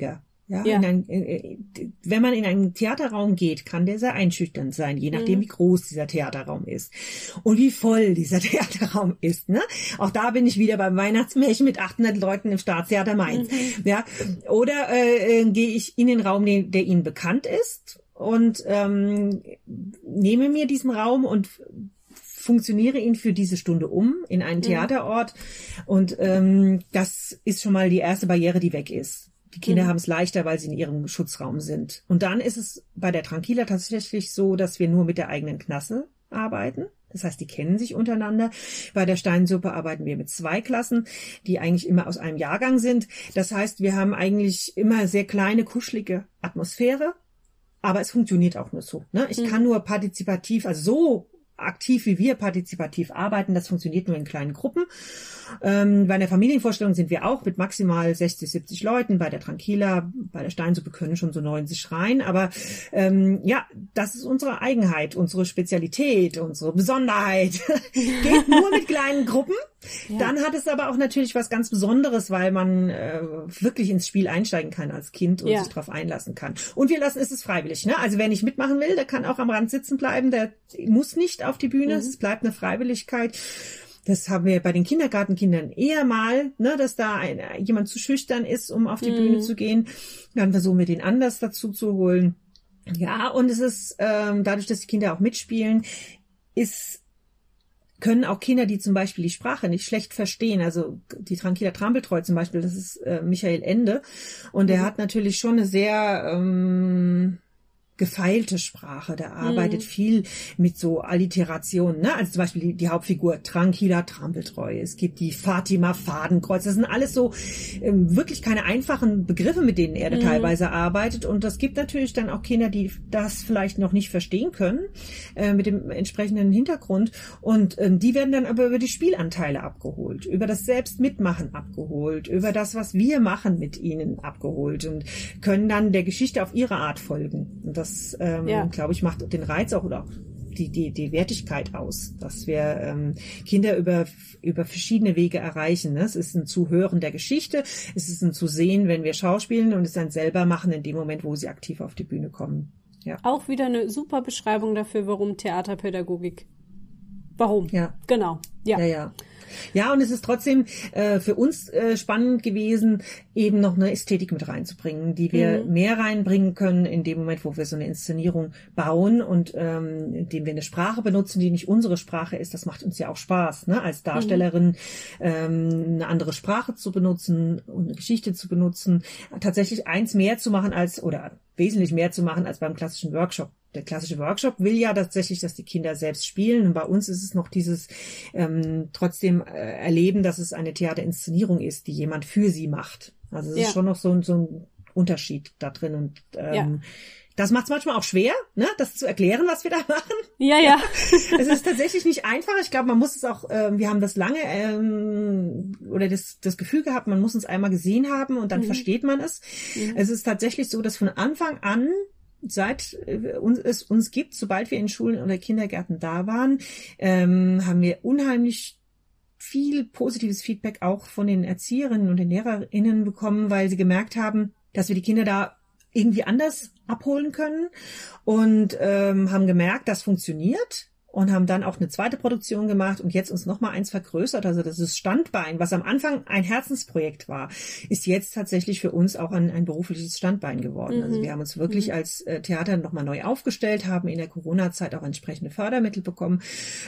Ja, Ja. wenn man in einen Theaterraum geht, kann der sehr einschüchternd sein, je nachdem, wie groß dieser Theaterraum ist und wie voll dieser Theaterraum ist. Ne? Auch da bin ich wieder beim Weihnachtsmärchen mit 800 Leuten im Staatstheater Mainz. Ja, oder gehe ich in den Raum, der Ihnen bekannt ist und nehme mir diesen Raum und funktioniere ihn für diese Stunde in einen Theaterort. Und das ist schon mal die erste Barriere, die weg ist. Die Kinder haben es leichter, weil sie in ihrem Schutzraum sind. Und dann ist es bei der Tranquilla tatsächlich so, dass wir nur mit der eigenen Klasse arbeiten. Das heißt, die kennen sich untereinander. Bei der Steinsuppe arbeiten wir mit 2 Klassen, die eigentlich immer aus einem Jahrgang sind. Das heißt, wir haben eigentlich immer sehr kleine, kuschelige Atmosphäre. Aber es funktioniert auch nur so. Ne? Ich kann nur partizipativ, also so aktiv wie wir partizipativ arbeiten, das funktioniert nur in kleinen Gruppen. Bei der Familienvorstellung sind wir auch mit maximal 60, 70 Leuten. Bei der Tranquilla, bei der Steinsuppe können schon so 90 rein. Aber ja, das ist unsere Eigenheit, unsere Spezialität, unsere Besonderheit. Geht nur mit kleinen Gruppen. Ja. Dann hat es aber auch natürlich was ganz Besonderes, weil man wirklich ins Spiel einsteigen kann als Kind und sich darauf einlassen kann. Und wir lassen es freiwillig. Ne? Also wer nicht mitmachen will, der kann auch am Rand sitzen bleiben. Der muss nicht auf die Bühne. Es bleibt eine Freiwilligkeit. Das haben wir bei den Kindergartenkindern eher mal, ne, dass da jemand zu schüchtern ist, um auf die Bühne zu gehen. Dann versuchen wir den anders dazu zu holen. Ja, und es ist dadurch, dass die Kinder auch mitspielen, können auch Kinder, die zum Beispiel die Sprache nicht schlecht verstehen, also die Tranquilla Trampeltreu zum Beispiel, das ist Michael Ende, und der hat natürlich schon eine sehr gefeilte Sprache, der arbeitet viel mit so Alliterationen, ne? Also zum Beispiel die Hauptfigur Tranquilla Trampeltreu, es gibt die Fatima Fadenkreuz, das sind alles so wirklich keine einfachen Begriffe, mit denen er teilweise arbeitet, und das gibt natürlich dann auch Kinder, die das vielleicht noch nicht verstehen können, mit dem entsprechenden Hintergrund, und die werden dann aber über die Spielanteile abgeholt, über das Selbstmitmachen abgeholt, über das, was wir machen mit ihnen abgeholt, und können dann der Geschichte auf ihre Art folgen. Und das, glaube ich, macht den Reiz auch oder auch die Wertigkeit aus, dass wir Kinder über verschiedene Wege erreichen. Ne? Es ist ein Zuhören der Geschichte, es ist ein Zusehen, wenn wir schauspielen, und es ist ein selber machen in dem Moment, wo sie aktiv auf die Bühne kommen. Ja. Auch wieder eine super Beschreibung dafür, warum Theaterpädagogik. Warum? Ja. Genau. Ja. Ja, und es ist trotzdem für uns spannend gewesen, eben noch eine Ästhetik mit reinzubringen, die wir mehr reinbringen können in dem Moment, wo wir so eine Inszenierung bauen und indem wir eine Sprache benutzen, die nicht unsere Sprache ist. Das macht uns ja auch Spaß, ne? Als Darstellerin eine andere Sprache zu benutzen und eine Geschichte zu benutzen, tatsächlich eins mehr zu machen oder wesentlich mehr zu machen als beim klassischen Workshop. Der klassische Workshop will ja tatsächlich, dass die Kinder selbst spielen. Und bei uns ist es noch dieses trotzdem erleben, dass es eine Theaterinszenierung ist, die jemand für sie macht. Also es ist schon noch so ein Unterschied da drin. Und das macht es manchmal auch schwer, ne, das zu erklären, was wir da machen. Ja. Es ist tatsächlich nicht einfach. Ich glaube, man muss es auch, wir haben das lange oder das Gefühl gehabt, man muss uns einmal gesehen haben und dann versteht man es. Es ist tatsächlich so, dass von Anfang an, seit es uns gibt, sobald wir in Schulen oder Kindergärten da waren, haben wir unheimlich viel positives Feedback auch von den Erzieherinnen und den LehrerInnen bekommen, weil sie gemerkt haben, dass wir die Kinder da irgendwie anders abholen können, und haben gemerkt, das funktioniert, und haben dann auch eine zweite Produktion gemacht und jetzt uns nochmal eins vergrößert. Also das ist Standbein, was am Anfang ein Herzensprojekt war, ist jetzt tatsächlich für uns auch ein berufliches Standbein geworden. Also wir haben uns wirklich als Theater nochmal neu aufgestellt, haben in der Corona-Zeit auch entsprechende Fördermittel bekommen,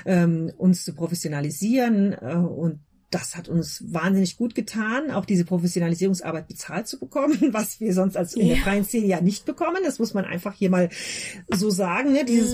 uns zu professionalisieren, und das hat uns wahnsinnig gut getan, auch diese Professionalisierungsarbeit bezahlt zu bekommen, was wir sonst als in der freien Szene ja nicht bekommen. Das muss man einfach hier mal so sagen. Ne? Dieses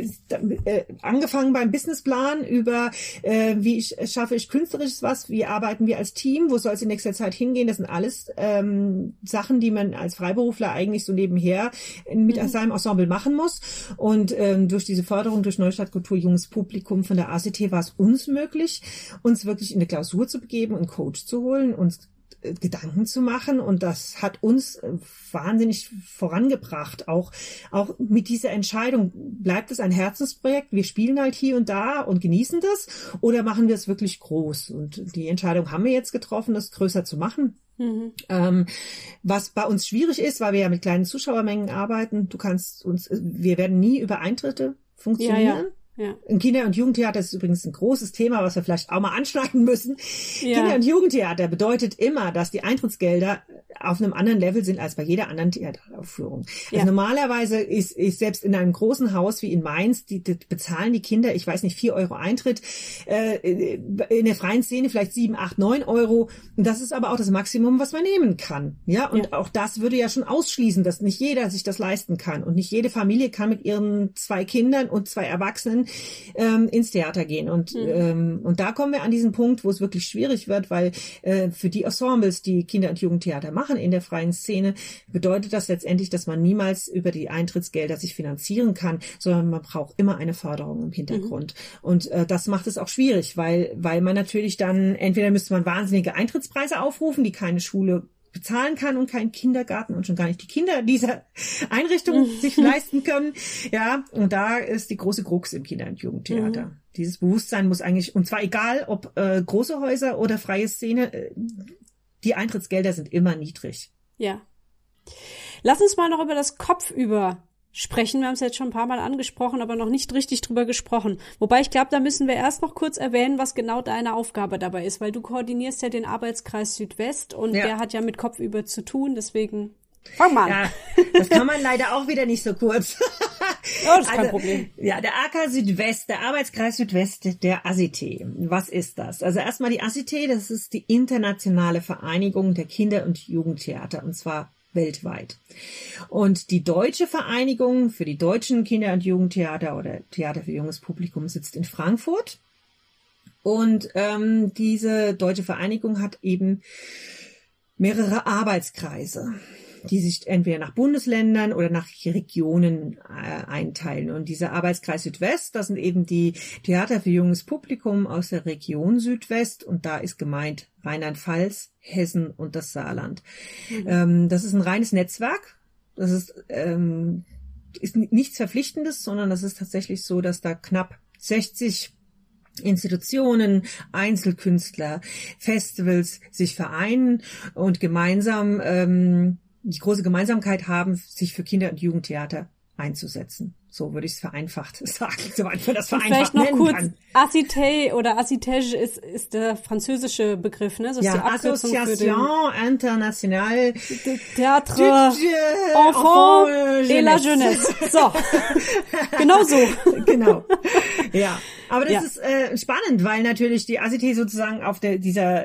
angefangen beim Businessplan über wie schaffe ich künstlerisches was, wie arbeiten wir als Team, wo soll es in nächster Zeit hingehen. Das sind alles Sachen, die man als Freiberufler eigentlich so nebenher mit seinem Ensemble machen muss. Und durch diese Förderung durch Neustadt Kultur Junges Publikum von der ACT war es uns möglich, uns wirklich in eine Klausur zu begeben und einen Coach zu holen, uns Gedanken zu machen, und das hat uns wahnsinnig vorangebracht, auch mit dieser Entscheidung, bleibt es ein Herzensprojekt, wir spielen halt hier und da und genießen das, oder machen wir es wirklich groß? Und die Entscheidung haben wir jetzt getroffen, das größer zu machen. Was bei uns schwierig ist, weil wir ja mit kleinen Zuschauermengen arbeiten. Wir werden nie über Eintritte funktionieren. Ja. Im Kinder- und Jugendtheater ist übrigens ein großes Thema, was wir vielleicht auch mal anschneiden müssen. Ja. Kinder- und Jugendtheater bedeutet immer, dass die Eintrittsgelder auf einem anderen Level sind als bei jeder anderen Theateraufführung. Also normalerweise ist selbst in einem großen Haus wie in Mainz, die bezahlen die Kinder, ich weiß nicht, 4 Euro Eintritt, in der freien Szene vielleicht 7, 8, 9 Euro. Und das ist aber auch das Maximum, was man nehmen kann. Ja, und auch das würde ja schon ausschließen, dass nicht jeder sich das leisten kann. Und nicht jede Familie kann mit ihren 2 Kindern und 2 Erwachsenen ins Theater gehen. Und da kommen wir an diesen Punkt, wo es wirklich schwierig wird, weil für die Ensembles, die Kinder- und Jugendtheater machen in der freien Szene, bedeutet das letztendlich, dass man niemals über die Eintrittsgelder sich finanzieren kann, sondern man braucht immer eine Förderung im Hintergrund. Und das macht es auch schwierig, weil man natürlich dann, entweder müsste man wahnsinnige Eintrittspreise aufrufen, die keine Schule bezahlen kann und kein Kindergarten und schon gar nicht die Kinder dieser Einrichtung sich leisten können. Ja, und da ist die große Krux im Kinder- und Jugendtheater. Dieses Bewusstsein muss eigentlich, und zwar egal, ob große Häuser oder freie Szene, die Eintrittsgelder sind immer niedrig. Ja. Lass uns mal noch über das Kopfüber sprechen. Wir haben es jetzt schon ein paar Mal angesprochen, aber noch nicht richtig drüber gesprochen. Wobei ich glaube, da müssen wir erst noch kurz erwähnen, was genau deine Aufgabe dabei ist, weil du koordinierst ja den Arbeitskreis Südwest und der hat ja mit Kopfüber zu tun, deswegen fang mal an. Ja, das kann man leider auch wieder nicht so kurz. Oh, das ist kein Problem. Ja, der AK Südwest, der Arbeitskreis Südwest der ASIT. Was ist das? Also erstmal die ASIT, das ist die internationale Vereinigung der Kinder- und Jugendtheater, und zwar weltweit. Und die deutsche Vereinigung für die deutschen Kinder- und Jugendtheater oder Theater für junges Publikum sitzt in Frankfurt. Und diese deutsche Vereinigung hat eben mehrere Arbeitskreise, die sich entweder nach Bundesländern oder nach Regionen einteilen. Und dieser Arbeitskreis Südwest, das sind eben die Theater für junges Publikum aus der Region Südwest. Und da ist gemeint Rheinland-Pfalz, Hessen und das Saarland. Das ist ein reines Netzwerk. Das ist nichts Verpflichtendes, sondern das ist tatsächlich so, dass da knapp 60 Institutionen, Einzelkünstler, Festivals sich vereinen und gemeinsam die große Gemeinsamkeit haben, sich für Kinder- und Jugendtheater einzusetzen. So würde ich es vereinfacht sagen, soweit man das vereinfacht nennen kurz, kann. ASIT oder ASITEJ ist der französische Begriff, ne? Das ist die Abkürzung Association Internationale Théâtre Enfants et la Jeunesse. So, genau so. Genau, ja. Aber das ist spannend, weil natürlich die ASIT sozusagen auf dieser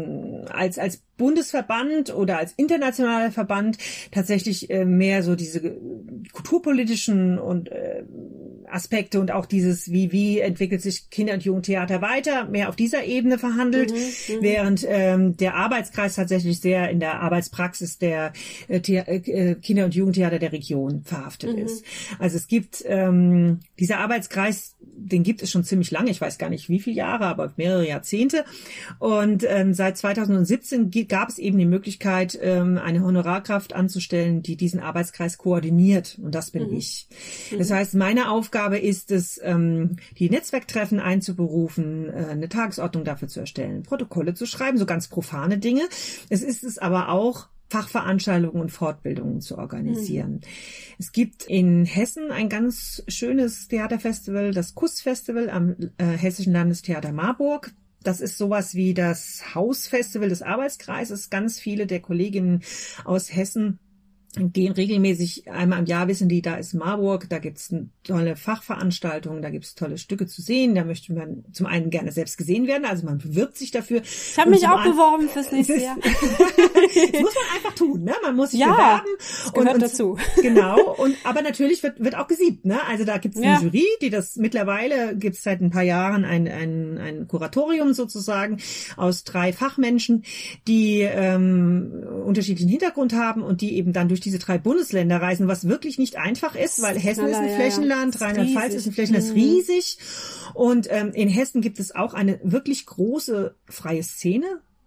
als Bundesverband oder als internationaler Verband tatsächlich mehr so diese kulturpolitischen und Aspekte und auch dieses, wie entwickelt sich Kinder- und Jugendtheater weiter, mehr auf dieser Ebene verhandelt, während der Arbeitskreis tatsächlich sehr in der Arbeitspraxis der Kinder- und Jugendtheater der Region verhaftet ist. Also es gibt dieser Arbeitskreis, den gibt es schon ziemlich lange, ich weiß gar nicht wie viele Jahre, aber mehrere Jahrzehnte. Und seit 2017 gab es eben die Möglichkeit, eine Honorarkraft anzustellen, die diesen Arbeitskreis koordiniert. Und das bin ich. Das heißt, meine Aufgabe ist es, die Netzwerktreffen einzuberufen, eine Tagesordnung dafür zu erstellen, Protokolle zu schreiben, so ganz profane Dinge. Es ist es aber auch, Fachveranstaltungen und Fortbildungen zu organisieren. Es gibt in Hessen ein ganz schönes Theaterfestival, das KUS-Festival am Hessischen Landestheater Marburg. Das ist sowas wie das Hausfestival des Arbeitskreises. Ganz viele der Kolleginnen aus Hessen gehen regelmäßig, einmal im Jahr wissen die, da ist Marburg, da gibt's tolle Fachveranstaltungen, da gibt's tolle Stücke zu sehen, da möchte man zum einen gerne selbst gesehen werden, also man bewirbt sich dafür. Ich habe mich auch beworben fürs nächste Jahr. Das muss man einfach tun, ne? Man muss sich bewerben. Das gehört dazu. Genau, aber natürlich wird auch gesiebt, ne? Also da gibt's eine Jury, die das mittlerweile, gibt's seit ein paar Jahren ein Kuratorium sozusagen aus 3 Fachmenschen, die unterschiedlichen Hintergrund haben und die eben dann durch diese 3 Bundesländer reisen, was wirklich nicht einfach ist, weil Hessen ist ein Flächenland, Rheinland-Pfalz ist ein Flächenland, ist riesig. Und in Hessen gibt es auch eine wirklich große freie Szene.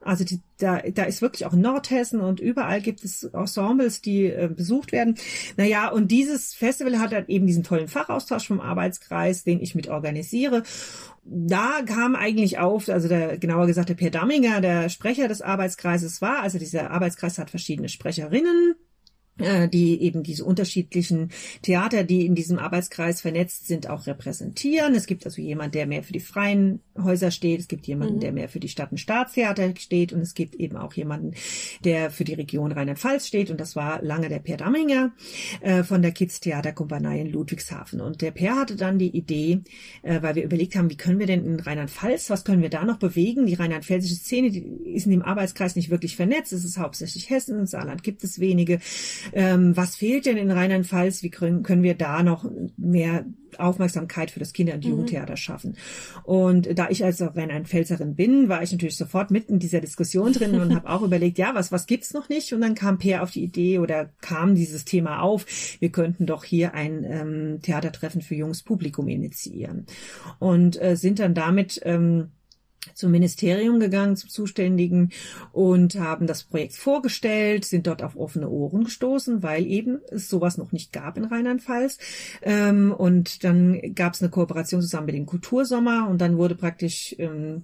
Also da ist wirklich auch Nordhessen und überall gibt es Ensembles, die besucht werden. Naja, und dieses Festival hat halt eben diesen tollen Fachaustausch vom Arbeitskreis, den ich mit organisiere. Da kam eigentlich auf, also genauer gesagt der Per Damminger, der Sprecher des Arbeitskreises war. Also dieser Arbeitskreis hat verschiedene Sprecherinnen, die eben diese unterschiedlichen Theater, die in diesem Arbeitskreis vernetzt sind, auch repräsentieren. Es gibt also jemand, der mehr für die freien Häuser steht. Es gibt jemanden, der mehr für die Stadt- und Staatstheater steht. Und es gibt eben auch jemanden, der für die Region Rheinland-Pfalz steht. Und das war lange der Per Damminger von der Kids-Theaterkompanie in Ludwigshafen. Und der Per hatte dann die Idee, weil wir überlegt haben, wie können wir denn in Rheinland-Pfalz, was können wir da noch bewegen? Die rheinland-pfälzische Szene, die ist in dem Arbeitskreis nicht wirklich vernetzt. Es ist hauptsächlich Hessen, Saarland gibt es wenige. Was fehlt denn in Rheinland-Pfalz? Wie können wir da noch mehr Aufmerksamkeit für das Kinder- und Jugendtheater schaffen? Und da ich als Rheinland-Pfälzerin bin, war ich natürlich sofort mitten in dieser Diskussion drin und habe auch überlegt, ja, was gibt's noch nicht? Und dann kam Per auf die Idee oder kam dieses Thema auf, wir könnten doch hier ein Theatertreffen für junges Publikum initiieren. Und sind dann damit zum Ministerium gegangen, zum Zuständigen, und haben das Projekt vorgestellt, sind dort auf offene Ohren gestoßen, weil eben es sowas noch nicht gab in Rheinland-Pfalz. Und dann gab es eine Kooperation zusammen mit dem Kultursommer, und dann wurde praktisch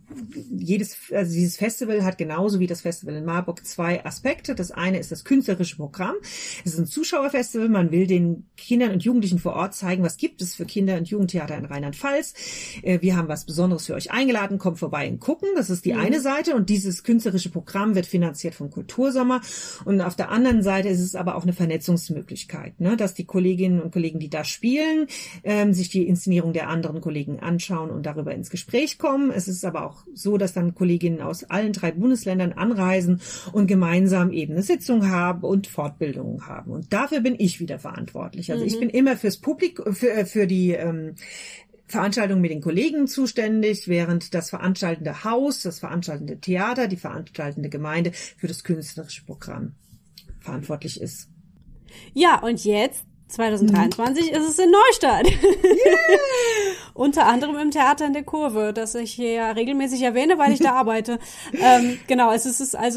dieses Festival hat genauso wie das Festival in Marburg 2 Aspekte. Das eine ist das künstlerische Programm. Es ist ein Zuschauerfestival. Man will den Kindern und Jugendlichen vor Ort zeigen, was gibt es für Kinder- und Jugendtheater in Rheinland-Pfalz. Wir haben was Besonderes für euch eingeladen. Kommt vorbei und gucken. Das ist die eine Seite, und dieses künstlerische Programm wird finanziert vom Kultursommer. Und auf der anderen Seite ist es aber auch eine Vernetzungsmöglichkeit, ne? Dass die Kolleginnen und Kollegen, die da spielen, sich die Inszenierung der anderen Kollegen anschauen und darüber ins Gespräch kommen. Es ist aber auch so, dass dann Kolleginnen aus allen 3 Bundesländern anreisen und gemeinsam eben eine Sitzung haben und Fortbildungen haben. Und dafür bin ich wieder verantwortlich. Also ich bin immer fürs Publikum, für die Veranstaltungen mit den Kollegen zuständig, während das veranstaltende Haus, das veranstaltende Theater, die veranstaltende Gemeinde für das künstlerische Programm verantwortlich ist. Ja, und jetzt, 2023, ist es in Neustadt. Yeah. Unter anderem im Theater in der Kurve, das ich hier ja regelmäßig erwähne, weil ich da arbeite. Genau, es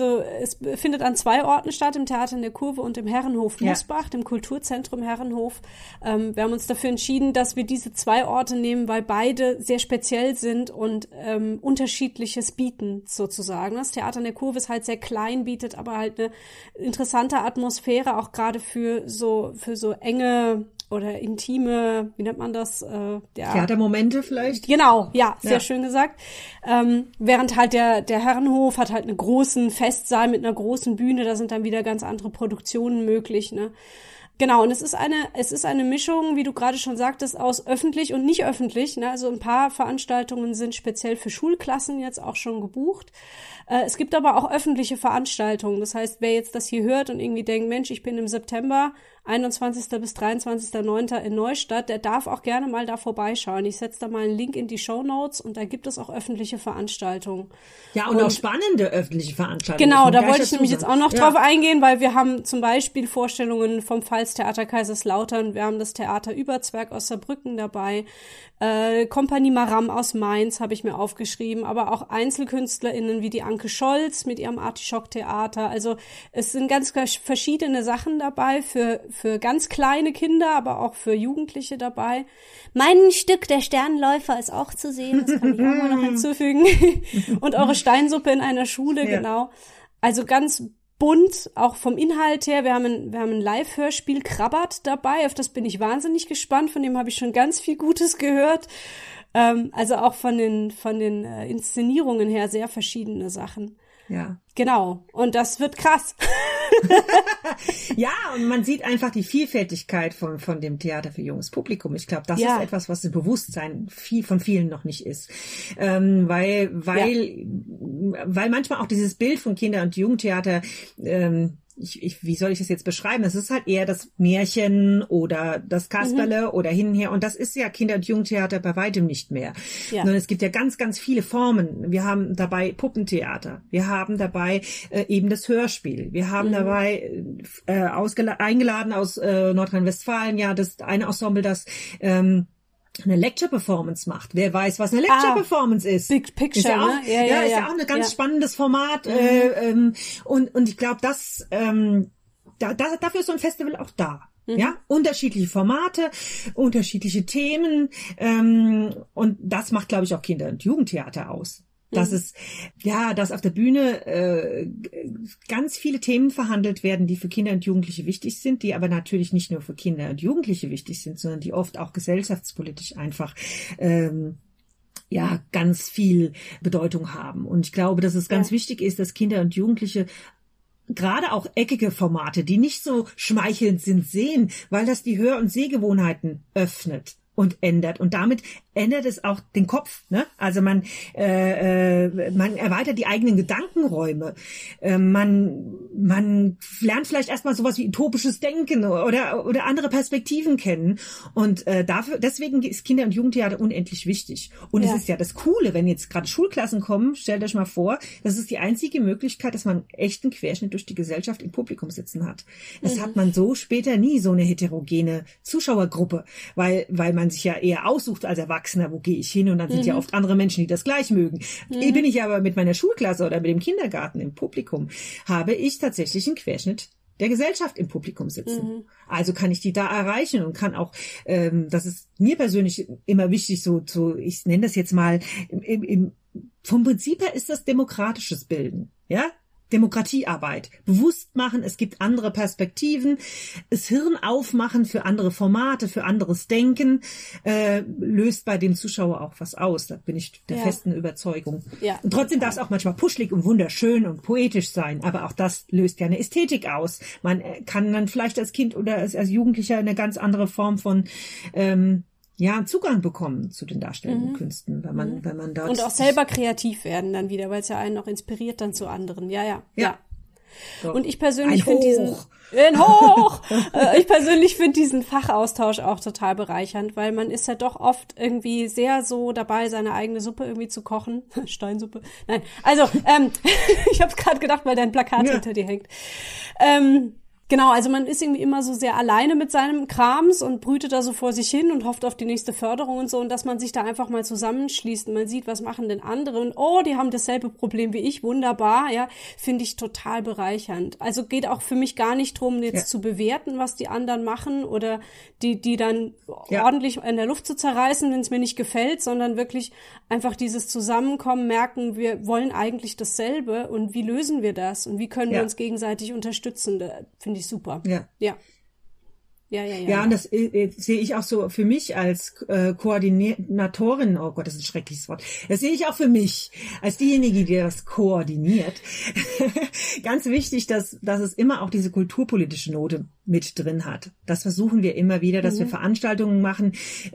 findet an 2 Orten statt, im Theater in der Kurve und im Herrenhof Musbach, dem Kulturzentrum Herrenhof. Wir haben uns dafür entschieden, dass wir diese 2 Orte nehmen, weil beide sehr speziell sind und Unterschiedliches bieten, sozusagen. Das Theater in der Kurve ist halt sehr klein, bietet aber halt eine interessante Atmosphäre, auch gerade für so enge oder intime, wie nennt man das? Theatermomente vielleicht? Genau, ja, sehr schön gesagt. Während halt der Herrenhof hat halt einen großen Festsaal mit einer großen Bühne, da sind dann wieder ganz andere Produktionen möglich, ne? Genau, und es ist eine Mischung, wie du gerade schon sagtest, aus öffentlich und nicht öffentlich, ne? Also ein paar Veranstaltungen sind speziell für Schulklassen jetzt auch schon gebucht. Es gibt aber auch öffentliche Veranstaltungen. Das heißt, wer jetzt das hier hört und irgendwie denkt, Mensch, ich bin im September 21. bis 23.09. in Neustadt, der darf auch gerne mal da vorbeischauen. Ich setze da mal einen Link in die Shownotes, und da gibt es auch öffentliche Veranstaltungen. Ja, und auch spannende öffentliche Veranstaltungen. Genau, da wollte ich nämlich jetzt auch noch drauf eingehen, weil wir haben zum Beispiel Vorstellungen vom Pfalztheater Kaiserslautern, wir haben das Theater Überzwerg aus Saarbrücken dabei, Kompanie Maram aus Mainz habe ich mir aufgeschrieben, aber auch EinzelkünstlerInnen wie die Anke Scholz mit ihrem Artischock-Theater. Also es sind ganz verschiedene Sachen dabei, für ganz kleine Kinder, aber auch für Jugendliche dabei. Mein Stück, der Sternenläufer, ist auch zu sehen, das kann ich auch mal noch hinzufügen. Und eure Steinsuppe in einer Schule, genau. Also ganz bunt, auch vom Inhalt her. Wir haben ein Live-Hörspiel Krabbert dabei, auf das bin ich wahnsinnig gespannt, von dem habe ich schon ganz viel Gutes gehört. Also auch von den Inszenierungen her sehr verschiedene Sachen. Ja. Genau. Und das wird krass. Ja, und man sieht einfach die Vielfältigkeit von dem Theater für junges Publikum. Ich glaube, das ist etwas, was im Bewusstsein von vielen noch nicht ist. Weil manchmal auch dieses Bild von Kinder- und Jugendtheater, wie soll ich das jetzt beschreiben? Es ist halt eher das Märchen oder das Kasperle oder hin und her. Und das ist ja Kinder- und Jugendtheater bei weitem nicht mehr. Ja. Sondern es gibt ja ganz, ganz viele Formen. Wir haben dabei Puppentheater. Wir haben dabei eben das Hörspiel. Wir haben dabei eingeladen aus Nordrhein-Westfalen, ja, das eine Ensemble, das eine Lecture-Performance macht. Wer weiß, was eine Lecture-Performance ist? Big Picture, ist ja auch, ne? Ja, ist ja auch ein ganz spannendes Format. Und ich glaube, dafür ist so ein Festival auch da. Ja, unterschiedliche Formate, unterschiedliche Themen. Und das macht, glaube ich, auch Kinder- und Jugendtheater aus. Dass dass auf der Bühne ganz viele Themen verhandelt werden, die für Kinder und Jugendliche wichtig sind, die aber natürlich nicht nur für Kinder und Jugendliche wichtig sind, sondern die oft auch gesellschaftspolitisch einfach ganz viel Bedeutung haben. Und ich glaube, dass es ganz wichtig ist, dass Kinder und Jugendliche gerade auch eckige Formate, die nicht so schmeichelnd sind, sehen, weil das die Hör- und Sehgewohnheiten öffnet und ändert. Und damit ändert es auch den Kopf, ne? Also man erweitert die eigenen Gedankenräume. Man lernt vielleicht erstmal sowas wie utopisches Denken oder andere Perspektiven kennen. Und deswegen ist Kinder- und Jugendtheater unendlich wichtig. Und es ist ja das Coole, wenn jetzt gerade Schulklassen kommen, stellt euch mal vor, das ist die einzige Möglichkeit, dass man einen echten Querschnitt durch die Gesellschaft im Publikum sitzen hat. Das hat man so später nie, so eine heterogene Zuschauergruppe, weil man sich ja eher aussucht als Erwachsener, wo gehe ich hin? Und dann sind ja oft andere Menschen, die das gleich mögen. Bin ich aber mit meiner Schulklasse oder mit dem Kindergarten im Publikum, habe ich tatsächlich einen Querschnitt der Gesellschaft im Publikum sitzen. Also kann ich die da erreichen und kann auch, das ist mir persönlich immer wichtig, so ich nenne das jetzt mal, vom Prinzip her ist das demokratisches Bilden, ja? Demokratiearbeit. Bewusst machen, es gibt andere Perspektiven, das Hirn aufmachen für andere Formate, für anderes Denken, löst bei dem Zuschauer auch was aus. Da bin ich der festen Überzeugung. Ja. Und trotzdem darf es auch manchmal puschelig und wunderschön und poetisch sein, aber auch das löst ja eine Ästhetik aus. Man kann dann vielleicht als Kind oder als Jugendlicher eine ganz andere Form von Zugang bekommen zu den darstellenden Künsten, wenn man dort... Und auch selber kreativ werden dann wieder, weil es ja einen auch inspiriert dann zu anderen. Ja. So. Und ich persönlich finde ich persönlich finde diesen Fachaustausch auch total bereichernd, weil man ist ja doch oft irgendwie sehr so dabei, seine eigene Suppe irgendwie zu kochen. Steinsuppe? Nein, also ich habe gerade gedacht, weil dein Plakat hinter dir hängt. Genau, also man ist irgendwie immer so sehr alleine mit seinem Krams und brütet da so vor sich hin und hofft auf die nächste Förderung und so, und dass man sich da einfach mal zusammenschließt und man sieht, was machen denn andere und die haben dasselbe Problem wie ich, wunderbar, ja, finde ich total bereichernd. Also geht auch für mich gar nicht drum, jetzt zu bewerten, was die anderen machen oder die dann ordentlich in der Luft zu zerreißen, wenn es mir nicht gefällt, sondern wirklich einfach dieses Zusammenkommen, merken, wir wollen eigentlich dasselbe und wie lösen wir das und wie können wir uns gegenseitig unterstützen, da finde ich super. Ja, und das sehe ich auch so für mich als Koordinatorin, oh Gott, das ist ein schreckliches Wort, das sehe ich auch für mich als diejenige, die das koordiniert. Ganz wichtig, dass es immer auch diese kulturpolitische Note mit drin hat. Das versuchen wir immer wieder, dass wir Veranstaltungen machen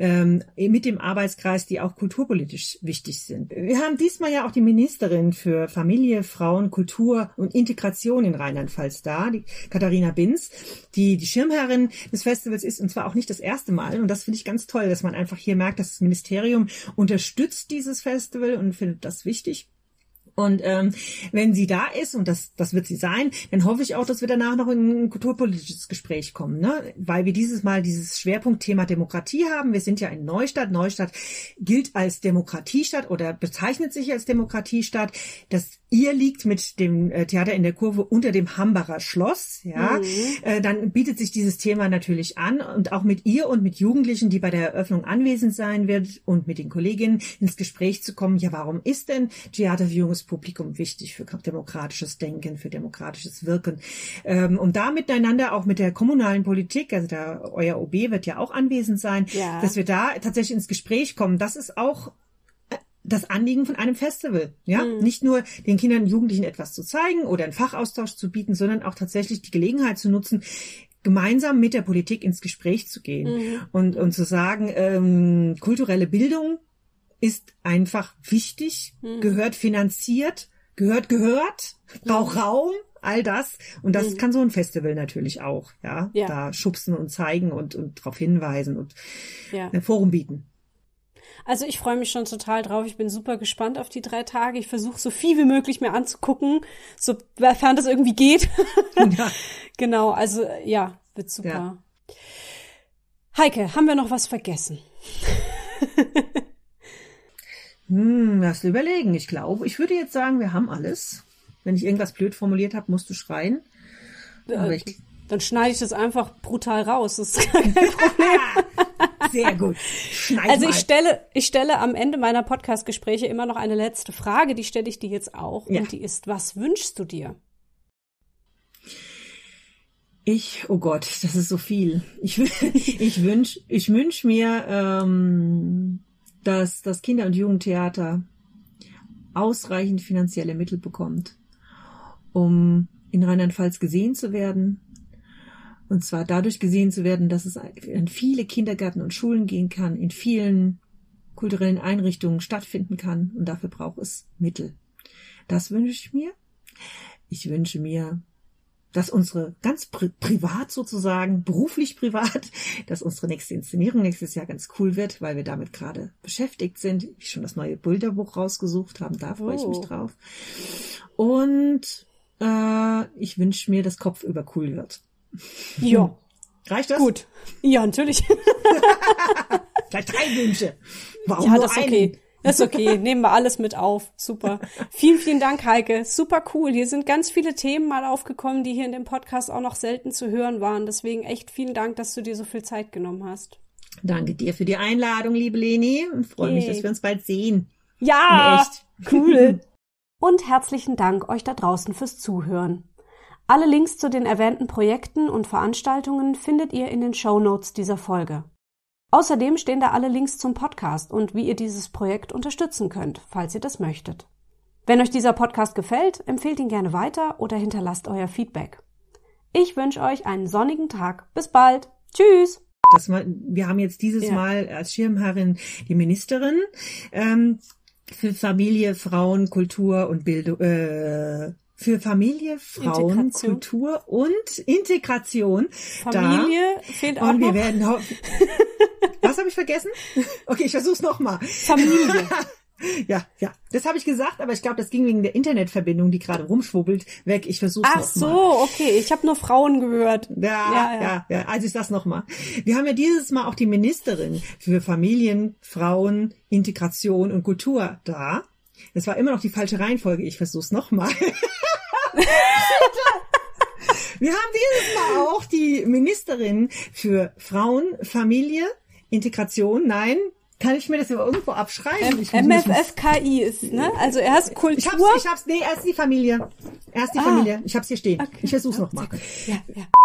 mit dem Arbeitskreis, die auch kulturpolitisch wichtig sind. Wir haben diesmal ja auch die Ministerin für Familie, Frauen, Kultur und Integration in Rheinland-Pfalz da, die Katharina Binz, die Schirmherrin des Festivals ist, und zwar auch nicht das erste Mal. Und das finde ich ganz toll, dass man einfach hier merkt, dass das Ministerium unterstützt dieses Festival und findet das wichtig. Und wenn sie da ist, und das wird sie sein, dann hoffe ich auch, dass wir danach noch in ein kulturpolitisches Gespräch kommen, ne? Weil wir dieses Mal dieses Schwerpunktthema Demokratie haben. Wir sind ja in Neustadt. Neustadt gilt als Demokratiestadt oder bezeichnet sich als Demokratiestadt. Ihr liegt mit dem Theater in der Kurve unter dem Hambacher Schloss, ja. Dann bietet sich dieses Thema natürlich an, und auch mit ihr und mit Jugendlichen, die bei der Eröffnung anwesend sein wird, und mit den Kolleginnen ins Gespräch zu kommen. Ja, warum ist denn Theater für junges Publikum wichtig für demokratisches Denken, für demokratisches Wirken? Und da miteinander auch mit der kommunalen Politik, also euer OB wird ja auch anwesend sein, dass wir da tatsächlich ins Gespräch kommen. Das ist auch das Anliegen von einem Festival, ja, nicht nur den Kindern und Jugendlichen etwas zu zeigen oder einen Fachaustausch zu bieten, sondern auch tatsächlich die Gelegenheit zu nutzen, gemeinsam mit der Politik ins Gespräch zu gehen und zu sagen, kulturelle Bildung ist einfach wichtig, gehört finanziert, gehört, braucht Raum, all das. Und das kann so ein Festival natürlich auch, da schubsen und zeigen und darauf hinweisen und ein Forum bieten. Also ich freue mich schon total drauf. Ich bin super gespannt auf die 3 Tage. Ich versuche so viel wie möglich mir anzugucken, sofern das irgendwie geht. Ja. Genau, also wird super. Ja. Heike, haben wir noch was vergessen? Lass dir überlegen. Ich glaube, ich würde jetzt sagen, wir haben alles. Wenn ich irgendwas blöd formuliert habe, musst du schreien. Dann schneide ich das einfach brutal raus. Das ist gar kein Problem. Sehr gut. Schneid also mal. ich stelle am Ende meiner Podcast-Gespräche immer noch eine letzte Frage. Die stelle ich dir jetzt auch. Ja. Und die ist, was wünschst du dir? Oh Gott, das ist so viel. Ich wünsch mir, dass das Kinder- und Jugendtheater ausreichend finanzielle Mittel bekommt, um in Rheinland-Pfalz gesehen zu werden. Und zwar dadurch gesehen zu werden, dass es an viele Kindergärten und Schulen gehen kann, in vielen kulturellen Einrichtungen stattfinden kann. Und dafür braucht es Mittel. Das wünsche ich mir. Ich wünsche mir, dass unsere ganz privat sozusagen, beruflich privat, dass unsere nächste Inszenierung nächstes Jahr ganz cool wird, weil wir damit gerade beschäftigt sind. Ich schon das neue Bilderbuch rausgesucht haben, da freue ich mich drauf. Und ich wünsche mir, dass Kopfüber cool wird. Ja. Reicht das? Gut. Ja, natürlich. Vielleicht 3 Wünsche. Warum Ja, nur das ist einen? okay. Das ist okay. Nehmen wir alles mit auf. Super. Vielen, vielen Dank, Heike. Super cool. Hier sind ganz viele Themen mal aufgekommen, die hier in dem Podcast auch noch selten zu hören waren. Deswegen echt vielen Dank, dass du dir so viel Zeit genommen hast. Danke dir für die Einladung, liebe Leni. Und freue mich, dass wir uns bald sehen. Ja, In echt. Cool. Und herzlichen Dank euch da draußen fürs Zuhören. Alle Links zu den erwähnten Projekten und Veranstaltungen findet ihr in den Shownotes dieser Folge. Außerdem stehen da alle Links zum Podcast und wie ihr dieses Projekt unterstützen könnt, falls ihr das möchtet. Wenn euch dieser Podcast gefällt, empfehlt ihn gerne weiter oder hinterlasst euer Feedback. Ich wünsche euch einen sonnigen Tag. Bis bald. Tschüss. Wir haben jetzt dieses Mal als Schirmherrin die Ministerin für Familie, Frauen, Kultur und Bildung, für Familie, Frauen, Kultur und Integration. Familie fehlt auch und wir noch. werden Was habe ich vergessen? Okay, ich versuch's nochmal. Familie. Ja, das habe ich gesagt, aber ich glaube, das ging wegen der Internetverbindung, die gerade rumschwubbelt, weg. Ich versuch's nochmal. Ach so, okay, ich habe nur Frauen gehört. Ja, also ich sag's nochmal. Wir haben ja dieses Mal auch die Ministerin für Familien, Frauen, Integration und Kultur da. Das war immer noch die falsche Reihenfolge. Ich versuch's nochmal. Wir haben dieses Mal auch die Ministerin für Frauen, Familie, Integration. Nein, kann ich mir das irgendwo abschreiben? MFFKI ist, ne? Also erst Kultur. Erst die Familie. Ich hab's hier stehen. Okay. Ich versuch's nochmal. Ja.